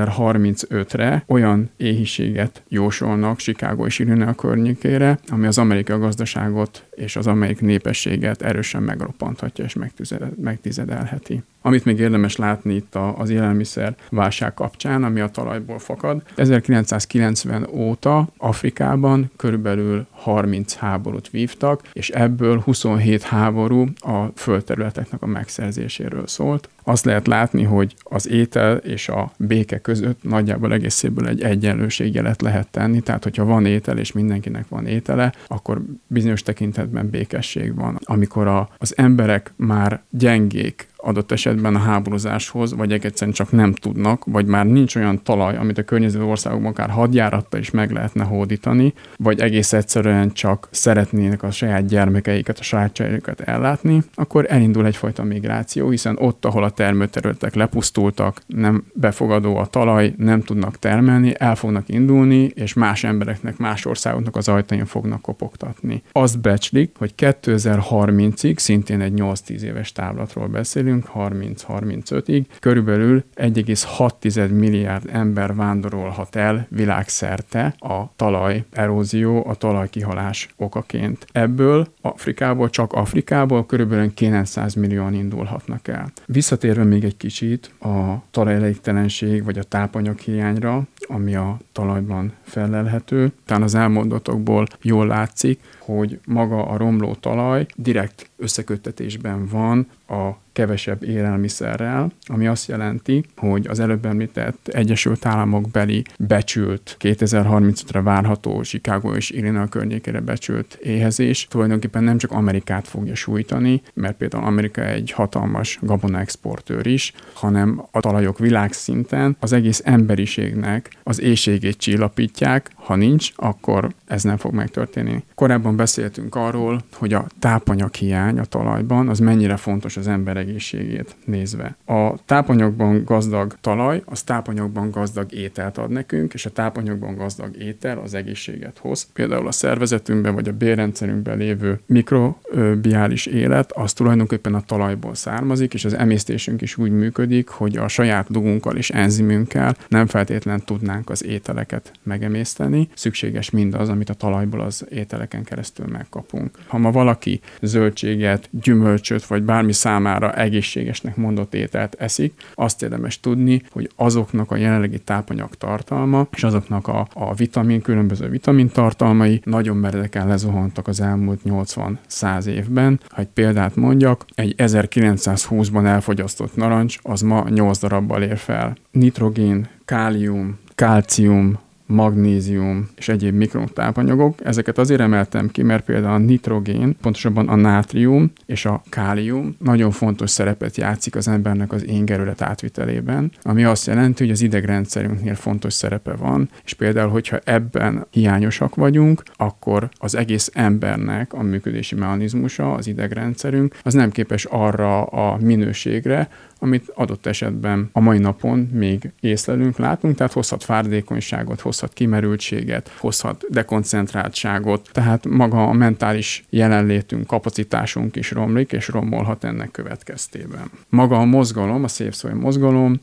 2035-re olyan éhínséget jósolnak Chicago és Illinois környékére, ami az amerikai gazdaságot és az amerikai népességet erősen megroppanthatja és megtizedelheti. Amit még érdemes látni itt az élelmiszer válság kapcsán, ami a talajból fakad. 1990 óta Afrikában körülbelül 30 háborút vívtak, és ebből 27 háború a földterületeknek a megszerzéséről szólt. Azt lehet látni, hogy az étel és a béke között nagyjából egészéből egy egyenlőségjelet lehet tenni, tehát hogyha van étel és mindenkinek van étele, akkor bizonyos tekintetben békesség van. Amikor az emberek már gyengék adott esetben a háborúzáshoz, vagy egyszerűen csak nem tudnak, vagy már nincs olyan talaj, amit a környező országokban akár hadjárattal is meg lehetne hódítani, vagy egész egyszerűen csak szeretnének a saját gyermekeiket, a saját családjukat ellátni, akkor elindul egyfajta migráció, hiszen ott, ahol a termőterületek lepusztultak, nem befogadó a talaj, nem tudnak termelni, el fognak indulni, és más embereknek, más országoknak az ajtain fognak kopogtatni. Azt becslik, hogy 2030-ig, szintén egy 8-10 éves távlatról beszélünk, 30-35-ig, körülbelül 1,6 milliárd ember vándorolhat el világszerte a talaj erózió, a talajkihalás okaként. Ebből csak Afrikából körülbelül 900 millióan indulhatnak el. Visszatérve még egy kicsit a talajelégtelenség vagy a tápanyaghiányra, ami a talajban fellelhető. Talán az elmondatokból jól látszik, hogy maga a romló talaj direkt összeköttetésben van a kevesebb élelmiszerrel, ami azt jelenti, hogy az előbb említett Egyesült Államok beli becsült 2035-re várható Chicago és Illinois környékére becsült éhezés tulajdonképpen nem csak Amerikát fogja sújtani, mert például Amerika egy hatalmas gabonaexportőr is, hanem a talajok világszinten az egész emberiségnek az éhségét csillapítják, ha nincs, akkor ez nem fog megtörténni. Korábban beszéltünk arról, hogy a tápanyaghiány a talajban az mennyire fontos az ember egészségét nézve. A tápanyagban gazdag talaj, az tápanyagban gazdag ételt ad nekünk, és a tápanyagban gazdag étel az egészséget hoz. Például a szervezetünkben vagy a bélrendszerünkben lévő mikrobiális élet, az tulajdonképpen a talajból származik, és az emésztésünk is úgy működik, hogy a saját dugunkkal és enzimünkkel nem feltétlenül tudnánk az ételeket megemészteni. Szükséges mindaz, amit a talajból az ételeken keresztül megkapunk. Ha ma valaki zöldséget, gyümölcsöt, vagy bármi számára egészségesnek mondott ételt eszik, azt érdemes tudni, hogy azoknak a jelenlegi tápanyag tartalma, és azoknak a különböző vitamintartalmai nagyon meredeken lezuhantak az elmúlt 80-100 évben. Ha egy példát mondjak, egy 1920-ban elfogyasztott narancs, az ma 8 darabbal ér fel. Nitrogén, kálium, kálcium, magnézium és egyéb mikrotápanyagok. Ezeket azért emeltem ki, mert például a nitrogén, pontosabban a nátrium és a kálium nagyon fontos szerepet játszik az embernek az éngerület átvitelében, ami azt jelenti, hogy az idegrendszerünknél fontos szerepe van, és például, hogyha ebben hiányosak vagyunk, akkor az egész embernek a működési mechanizmusa, az idegrendszerünk, az nem képes arra a minőségre, amit adott esetben a mai napon még észlelünk, látunk, tehát hozhat fáradékonyságot, hozhat kimerültséget, hozhat dekoncentráltságot, tehát maga a mentális jelenlétünk, kapacitásunk is romlik, és romolhat ennek következtében. Maga a mozgalom, a Save Soil mozgalom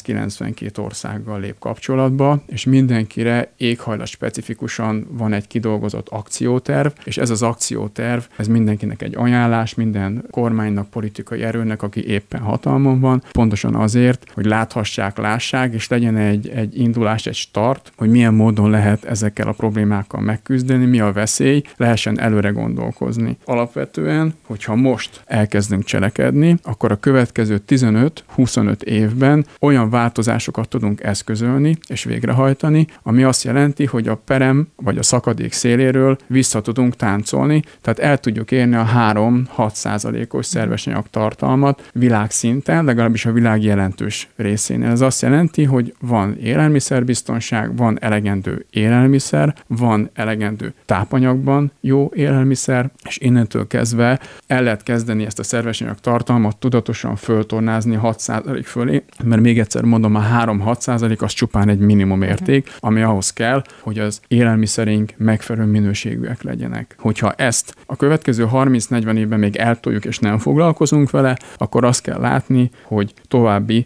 192 országgal lép kapcsolatba, és mindenkire éghajlat specifikusan van egy kidolgozott akcióterv, és ez az akcióterv, ez mindenkinek egy ajánlás, minden kormánynak, politikai erőnek, aki éppen hatalmon van, pontosan azért, hogy lássák, és legyen egy indulás, egy start, hogy milyen módon lehet ezekkel a problémákkal megküzdeni, mi a veszély, lehessen előre gondolkozni. Alapvetően, hogyha most elkezdünk cselekedni, akkor a következő 15-25 évben olyan változásokat tudunk eszközölni és végrehajtani, ami azt jelenti, hogy a perem vagy a szakadék széléről vissza tudunk táncolni, tehát el tudjuk érni a 3-6%-os szervesanyag tartalmat világszinten, legalábbis a világ jelentős részénél. Ez azt jelenti, hogy van élelmiszerbiztonság, van elegendő élelmiszer, van elegendő tápanyagban jó élelmiszer, és innentől kezdve el lehet kezdeni ezt a szervesanyag tartalmat tudatosan föltornázni 6% fölé, mert még egyszer mondom, a 3-6% az csupán egy minimum érték, ami ahhoz kell, hogy az élelmiszerink megfelelő minőségűek legyenek. Hogyha ezt a következő 30-40 évben még eltoljuk és nem foglalkozunk vele, akkor azt kell látni, hogy további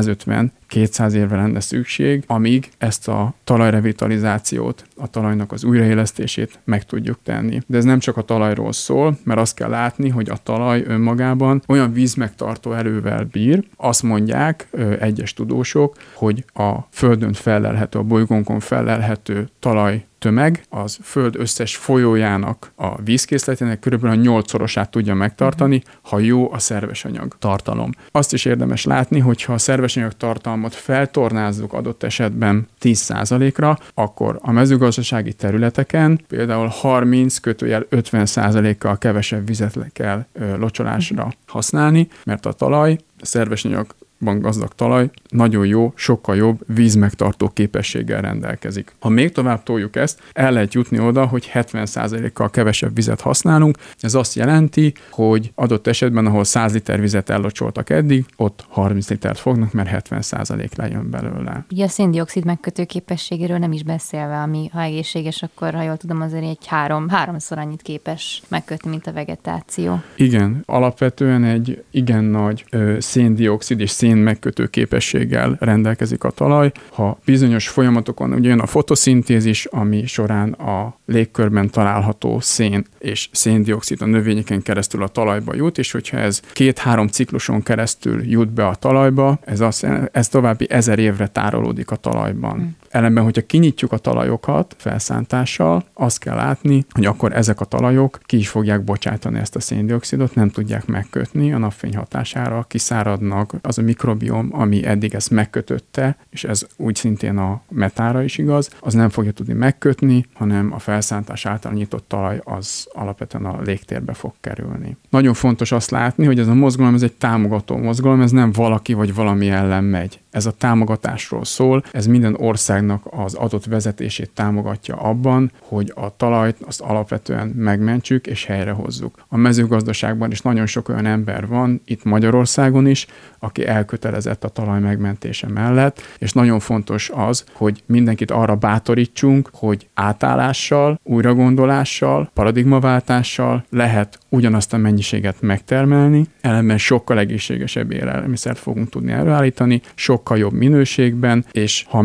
150-200 évre lenne szükség, amíg ezt a talajrevitalizációt, a talajnak az újraélesztését meg tudjuk tenni. De ez nem csak a talajról szól, mert azt kell látni, hogy a talaj önmagában olyan vízmegtartó erővel bír, azt mondják egyes tudósok, hogy a Földön fellelhető, a bolygónkon fellelhető talaj tömeg az Föld összes folyójának a vízkészletének körülbelül a 8-szorosát tudja megtartani, ha jó a szervesanyag tartalom. Azt is érdemes látni, hogy ha a szervesanyag tartalmat feltornázzuk adott esetben 10%-ra, akkor a mezőgazdasági területeken például 30-50%-kal kevesebb vizet kell locsolásra használni, mert a talaj, a szervesanyag gazdag talaj nagyon jó, sokkal jobb vízmegtartó képességgel rendelkezik. Ha még tovább toljuk ezt, el lehet jutni oda, hogy 70%-kal kevesebb vizet használunk. Ez azt jelenti, hogy adott esetben, ahol 100 liter vizet ellocsoltak eddig, ott 30 litert fognak, mert 70% lejön belőle. Ugye a szén-dioxid megkötő képességéről nem is beszélve, ami ha egészséges, akkor ha jól tudom, azért egy háromszor annyit képes megkötni, mint a vegetáció. Igen, alapvetően egy igen nagy szén-dioxid és megkötő képességgel rendelkezik a talaj. Ha bizonyos folyamatokon, ugye jön a fotoszintézis, ami során a légkörben található szén és szén-dioxid a növényeken keresztül a talajba jut, és hogyha ez 2-3 cikluson keresztül jut be a talajba, ez további 1000 évre tárolódik a talajban. Ellenben, hogyha kinyitjuk a talajokat felszántással, azt kell látni, hogy akkor ezek a talajok ki is fogják bocsátani ezt a szén-dioxidot, nem tudják megkötni, a napfény hatására kiszáradnak, az a mikrobiom, ami eddig ezt megkötötte, és ez úgy szintén a metára is igaz, az nem fogja tudni megkötni, hanem a felszántás által nyitott talaj az alapvetően a légtérbe fog kerülni. Nagyon fontos azt látni, hogy ez a mozgalom, ez egy támogató mozgalom, ez nem valaki vagy valami ellen megy. Ez a támogatásról szól, ez minden országnak az adott vezetését támogatja abban, hogy a talajt azt alapvetően megmentsük és helyrehozzuk. A mezőgazdaságban is nagyon sok olyan ember van, itt Magyarországon is, aki elkötelezett a talaj megmentése mellett, és nagyon fontos az, hogy mindenkit arra bátorítsunk, hogy átállással, újragondolással, paradigmaváltással lehet ugyanazt a mennyiséget megtermelni, ellenben sokkal egészségesebb élelmiszert fogunk tudni előállítani, sokkal jobb minőségben, és ha a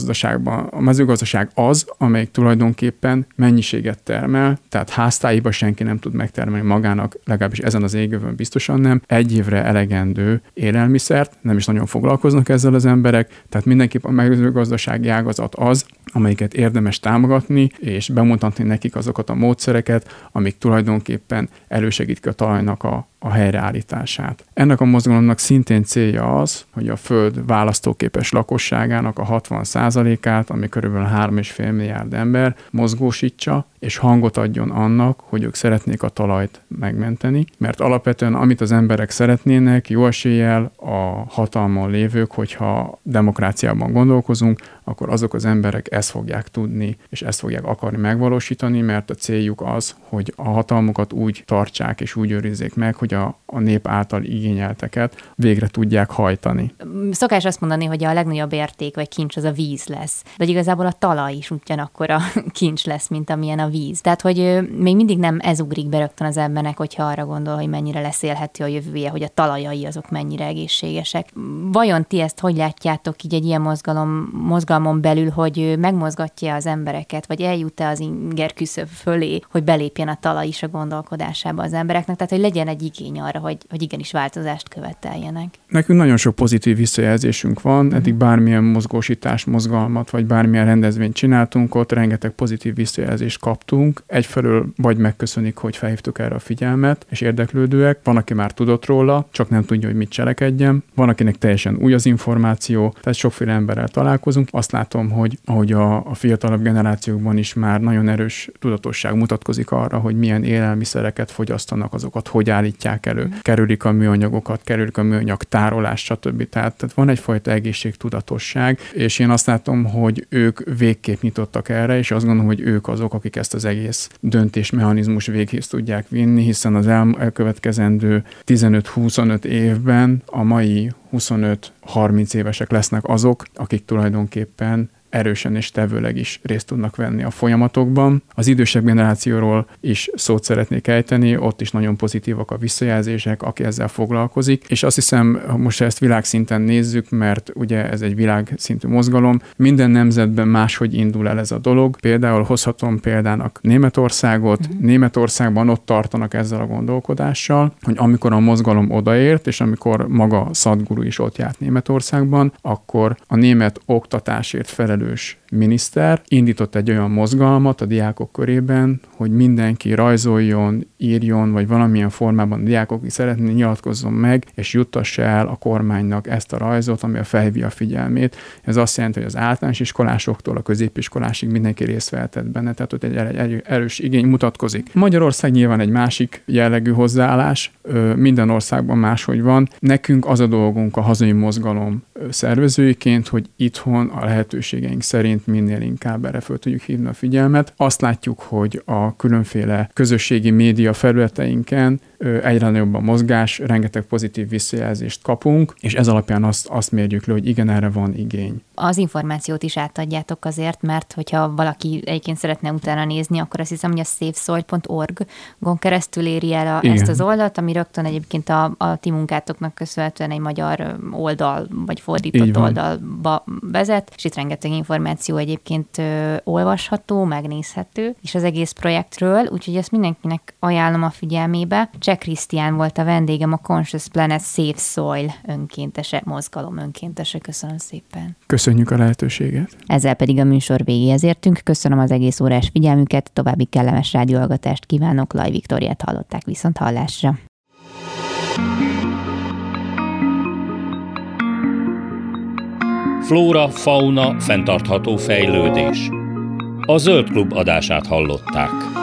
mezőgazdaság az, amelyik tulajdonképpen mennyiséget termel, tehát háztáiba senki nem tud megtermelni magának, legalábbis ezen az égövön biztosan nem, egy évre elegendő élelmiszert, nem is nagyon foglalkoznak ezzel az emberek, tehát mindenképp a mezőgazdasági ágazat az, amelyiket érdemes támogatni, és bemutatni nekik azokat a módszereket, amik tulajdonképpen elősegítik a talajnak a helyreállítását. Ennek a mozgalomnak szintén célja az, hogy a Föld választóképes lakosságának a 60%-át, ami körülbelül 3,5 milliárd ember, mozgósítsa, és hangot adjon annak, hogy ők szeretnék a talajt megmenteni, mert alapvetően amit az emberek szeretnének, jó eséllyel a hatalmon lévők, hogyha demokráciában gondolkozunk, akkor azok az emberek ezt fogják tudni, és ezt fogják akarni megvalósítani, mert a céljuk az, hogy a hatalmukat úgy tartsák és úgy őrizzék meg, hogy a nép által igényelteket végre tudják hajtani. Szokás azt mondani, hogy a legnagyobb érték vagy kincs az a víz lesz, de igazából a talaj is ugyanakkor a kincs lesz, mint amilyen a víz. Tehát, hogy még mindig nem ez ugrik be rögtön az embernek, hogyha arra gondol, hogy mennyire lesz élhető a jövője, hogy a talajai azok mennyire egészségesek. Vajon ti ezt hogy látjátok így egy ilyen mozgalmon belül, hogy megmozgatja az embereket, vagy eljut-e az inger küszöb fölé, hogy belépjen a talaj is a gondolkodásába az embereknek, tehát hogy legyen egy igény arra, hogy igenis változást követeljenek. Nekünk nagyon sok pozitív visszajelzésünk van, eddig bármilyen mozgósítás, mozgalmat, vagy bármilyen rendezvényt csináltunk, ott rengeteg pozitív visszajelzést kaptunk. Egyfelől vagy megköszönik, hogy felhívtuk erre a figyelmet, és érdeklődőek. Van, aki már tudott róla, csak nem tudja, hogy mit cselekedjen. Van, akinek teljesen új az információ, tehát sokféle emberrel találkozunk. Azt látom, hogy ahogy a fiatalabb generációkban is már nagyon erős tudatosság mutatkozik arra, hogy milyen élelmiszereket fogyasztanak, azokat hogy állítják elő. Kerülik a műanyagokat, kerülik a műanyag tárolást, stb. Tehát van egyfajta egészségtudatosság, és én azt látom, hogy ők végképp nyitottak erre, és azt gondolom, hogy ők azok, akik ezt az egész döntésmechanizmus véghez tudják vinni, hiszen az elkövetkezendő 15-25 évben a mai 25-30 évesek lesznek azok, akik tulajdonképpen erősen és tevőleg is részt tudnak venni a folyamatokban. Az idősebb generációról is szót szeretnék ejteni, ott is nagyon pozitívak a visszajelzések, aki ezzel foglalkozik, és azt hiszem, most ezt világszinten nézzük, mert ugye ez egy világszintű mozgalom, minden nemzetben máshogy indul el ez a dolog. Például hozhatom példának Németországot, Németországban ott tartanak ezzel a gondolkodással, hogy amikor a mozgalom odaért, és amikor maga Sadhguru is ott járt Németországban, akkor a német oktatásért felelős miniszter indított egy olyan mozgalmat a diákok körében, hogy mindenki rajzoljon, írjon, vagy valamilyen formában a diákok szeretné nyilatkozzon meg, és juttassa el a kormánynak ezt a rajzot, ami felhívja a figyelmét. Ez azt jelenti, hogy az általános iskolásoktól a középiskolásig mindenki részt vehetett benne, tehát ott egy erős igény mutatkozik. Magyarország nyilván egy másik jellegű hozzáállás, minden országban máshogy van. Nekünk az a dolgunk a hazai mozgalom szervezőiként, hogy itthon a lehetőségeink szerint minél inkább erre föl tudjuk hívni a figyelmet. Azt látjuk, hogy a különféle közösségi média felületeinken egyre nagyobb a mozgás, rengeteg pozitív visszajelzést kapunk, és ez alapján azt mérjük le, hogy igen, erre van igény. Az információt is átadjátok azért, mert hogyha valaki egyébként szeretne utána nézni, akkor azt hiszem, hogy a safesoil.org-on keresztül éri el ezt az oldalt, ami rögtön egyébként a ti munkátoknak köszönhetően egy magyar oldal, vagy fordított oldalba vezet, és itt rengeteg információ egyébként olvasható, megnézhető, és az egész projektről, úgyhogy ezt mindenkinek ajánlom a figyelmébe. Cseh Krisztián volt a vendégem, a Conscious Planet Safe Soil önkéntese, mozgalom önkéntese. Köszönöm szépen. Köszönjük a lehetőséget. Ezzel pedig a műsor végéhez értünk. Köszönöm az egész órás figyelmüket, további kellemes rádióhallgatást kívánok. Laj Viktóriát hallották, viszont hallásra. Flóra, fauna, fenntartható fejlődés. A Zöld Klub adását hallották.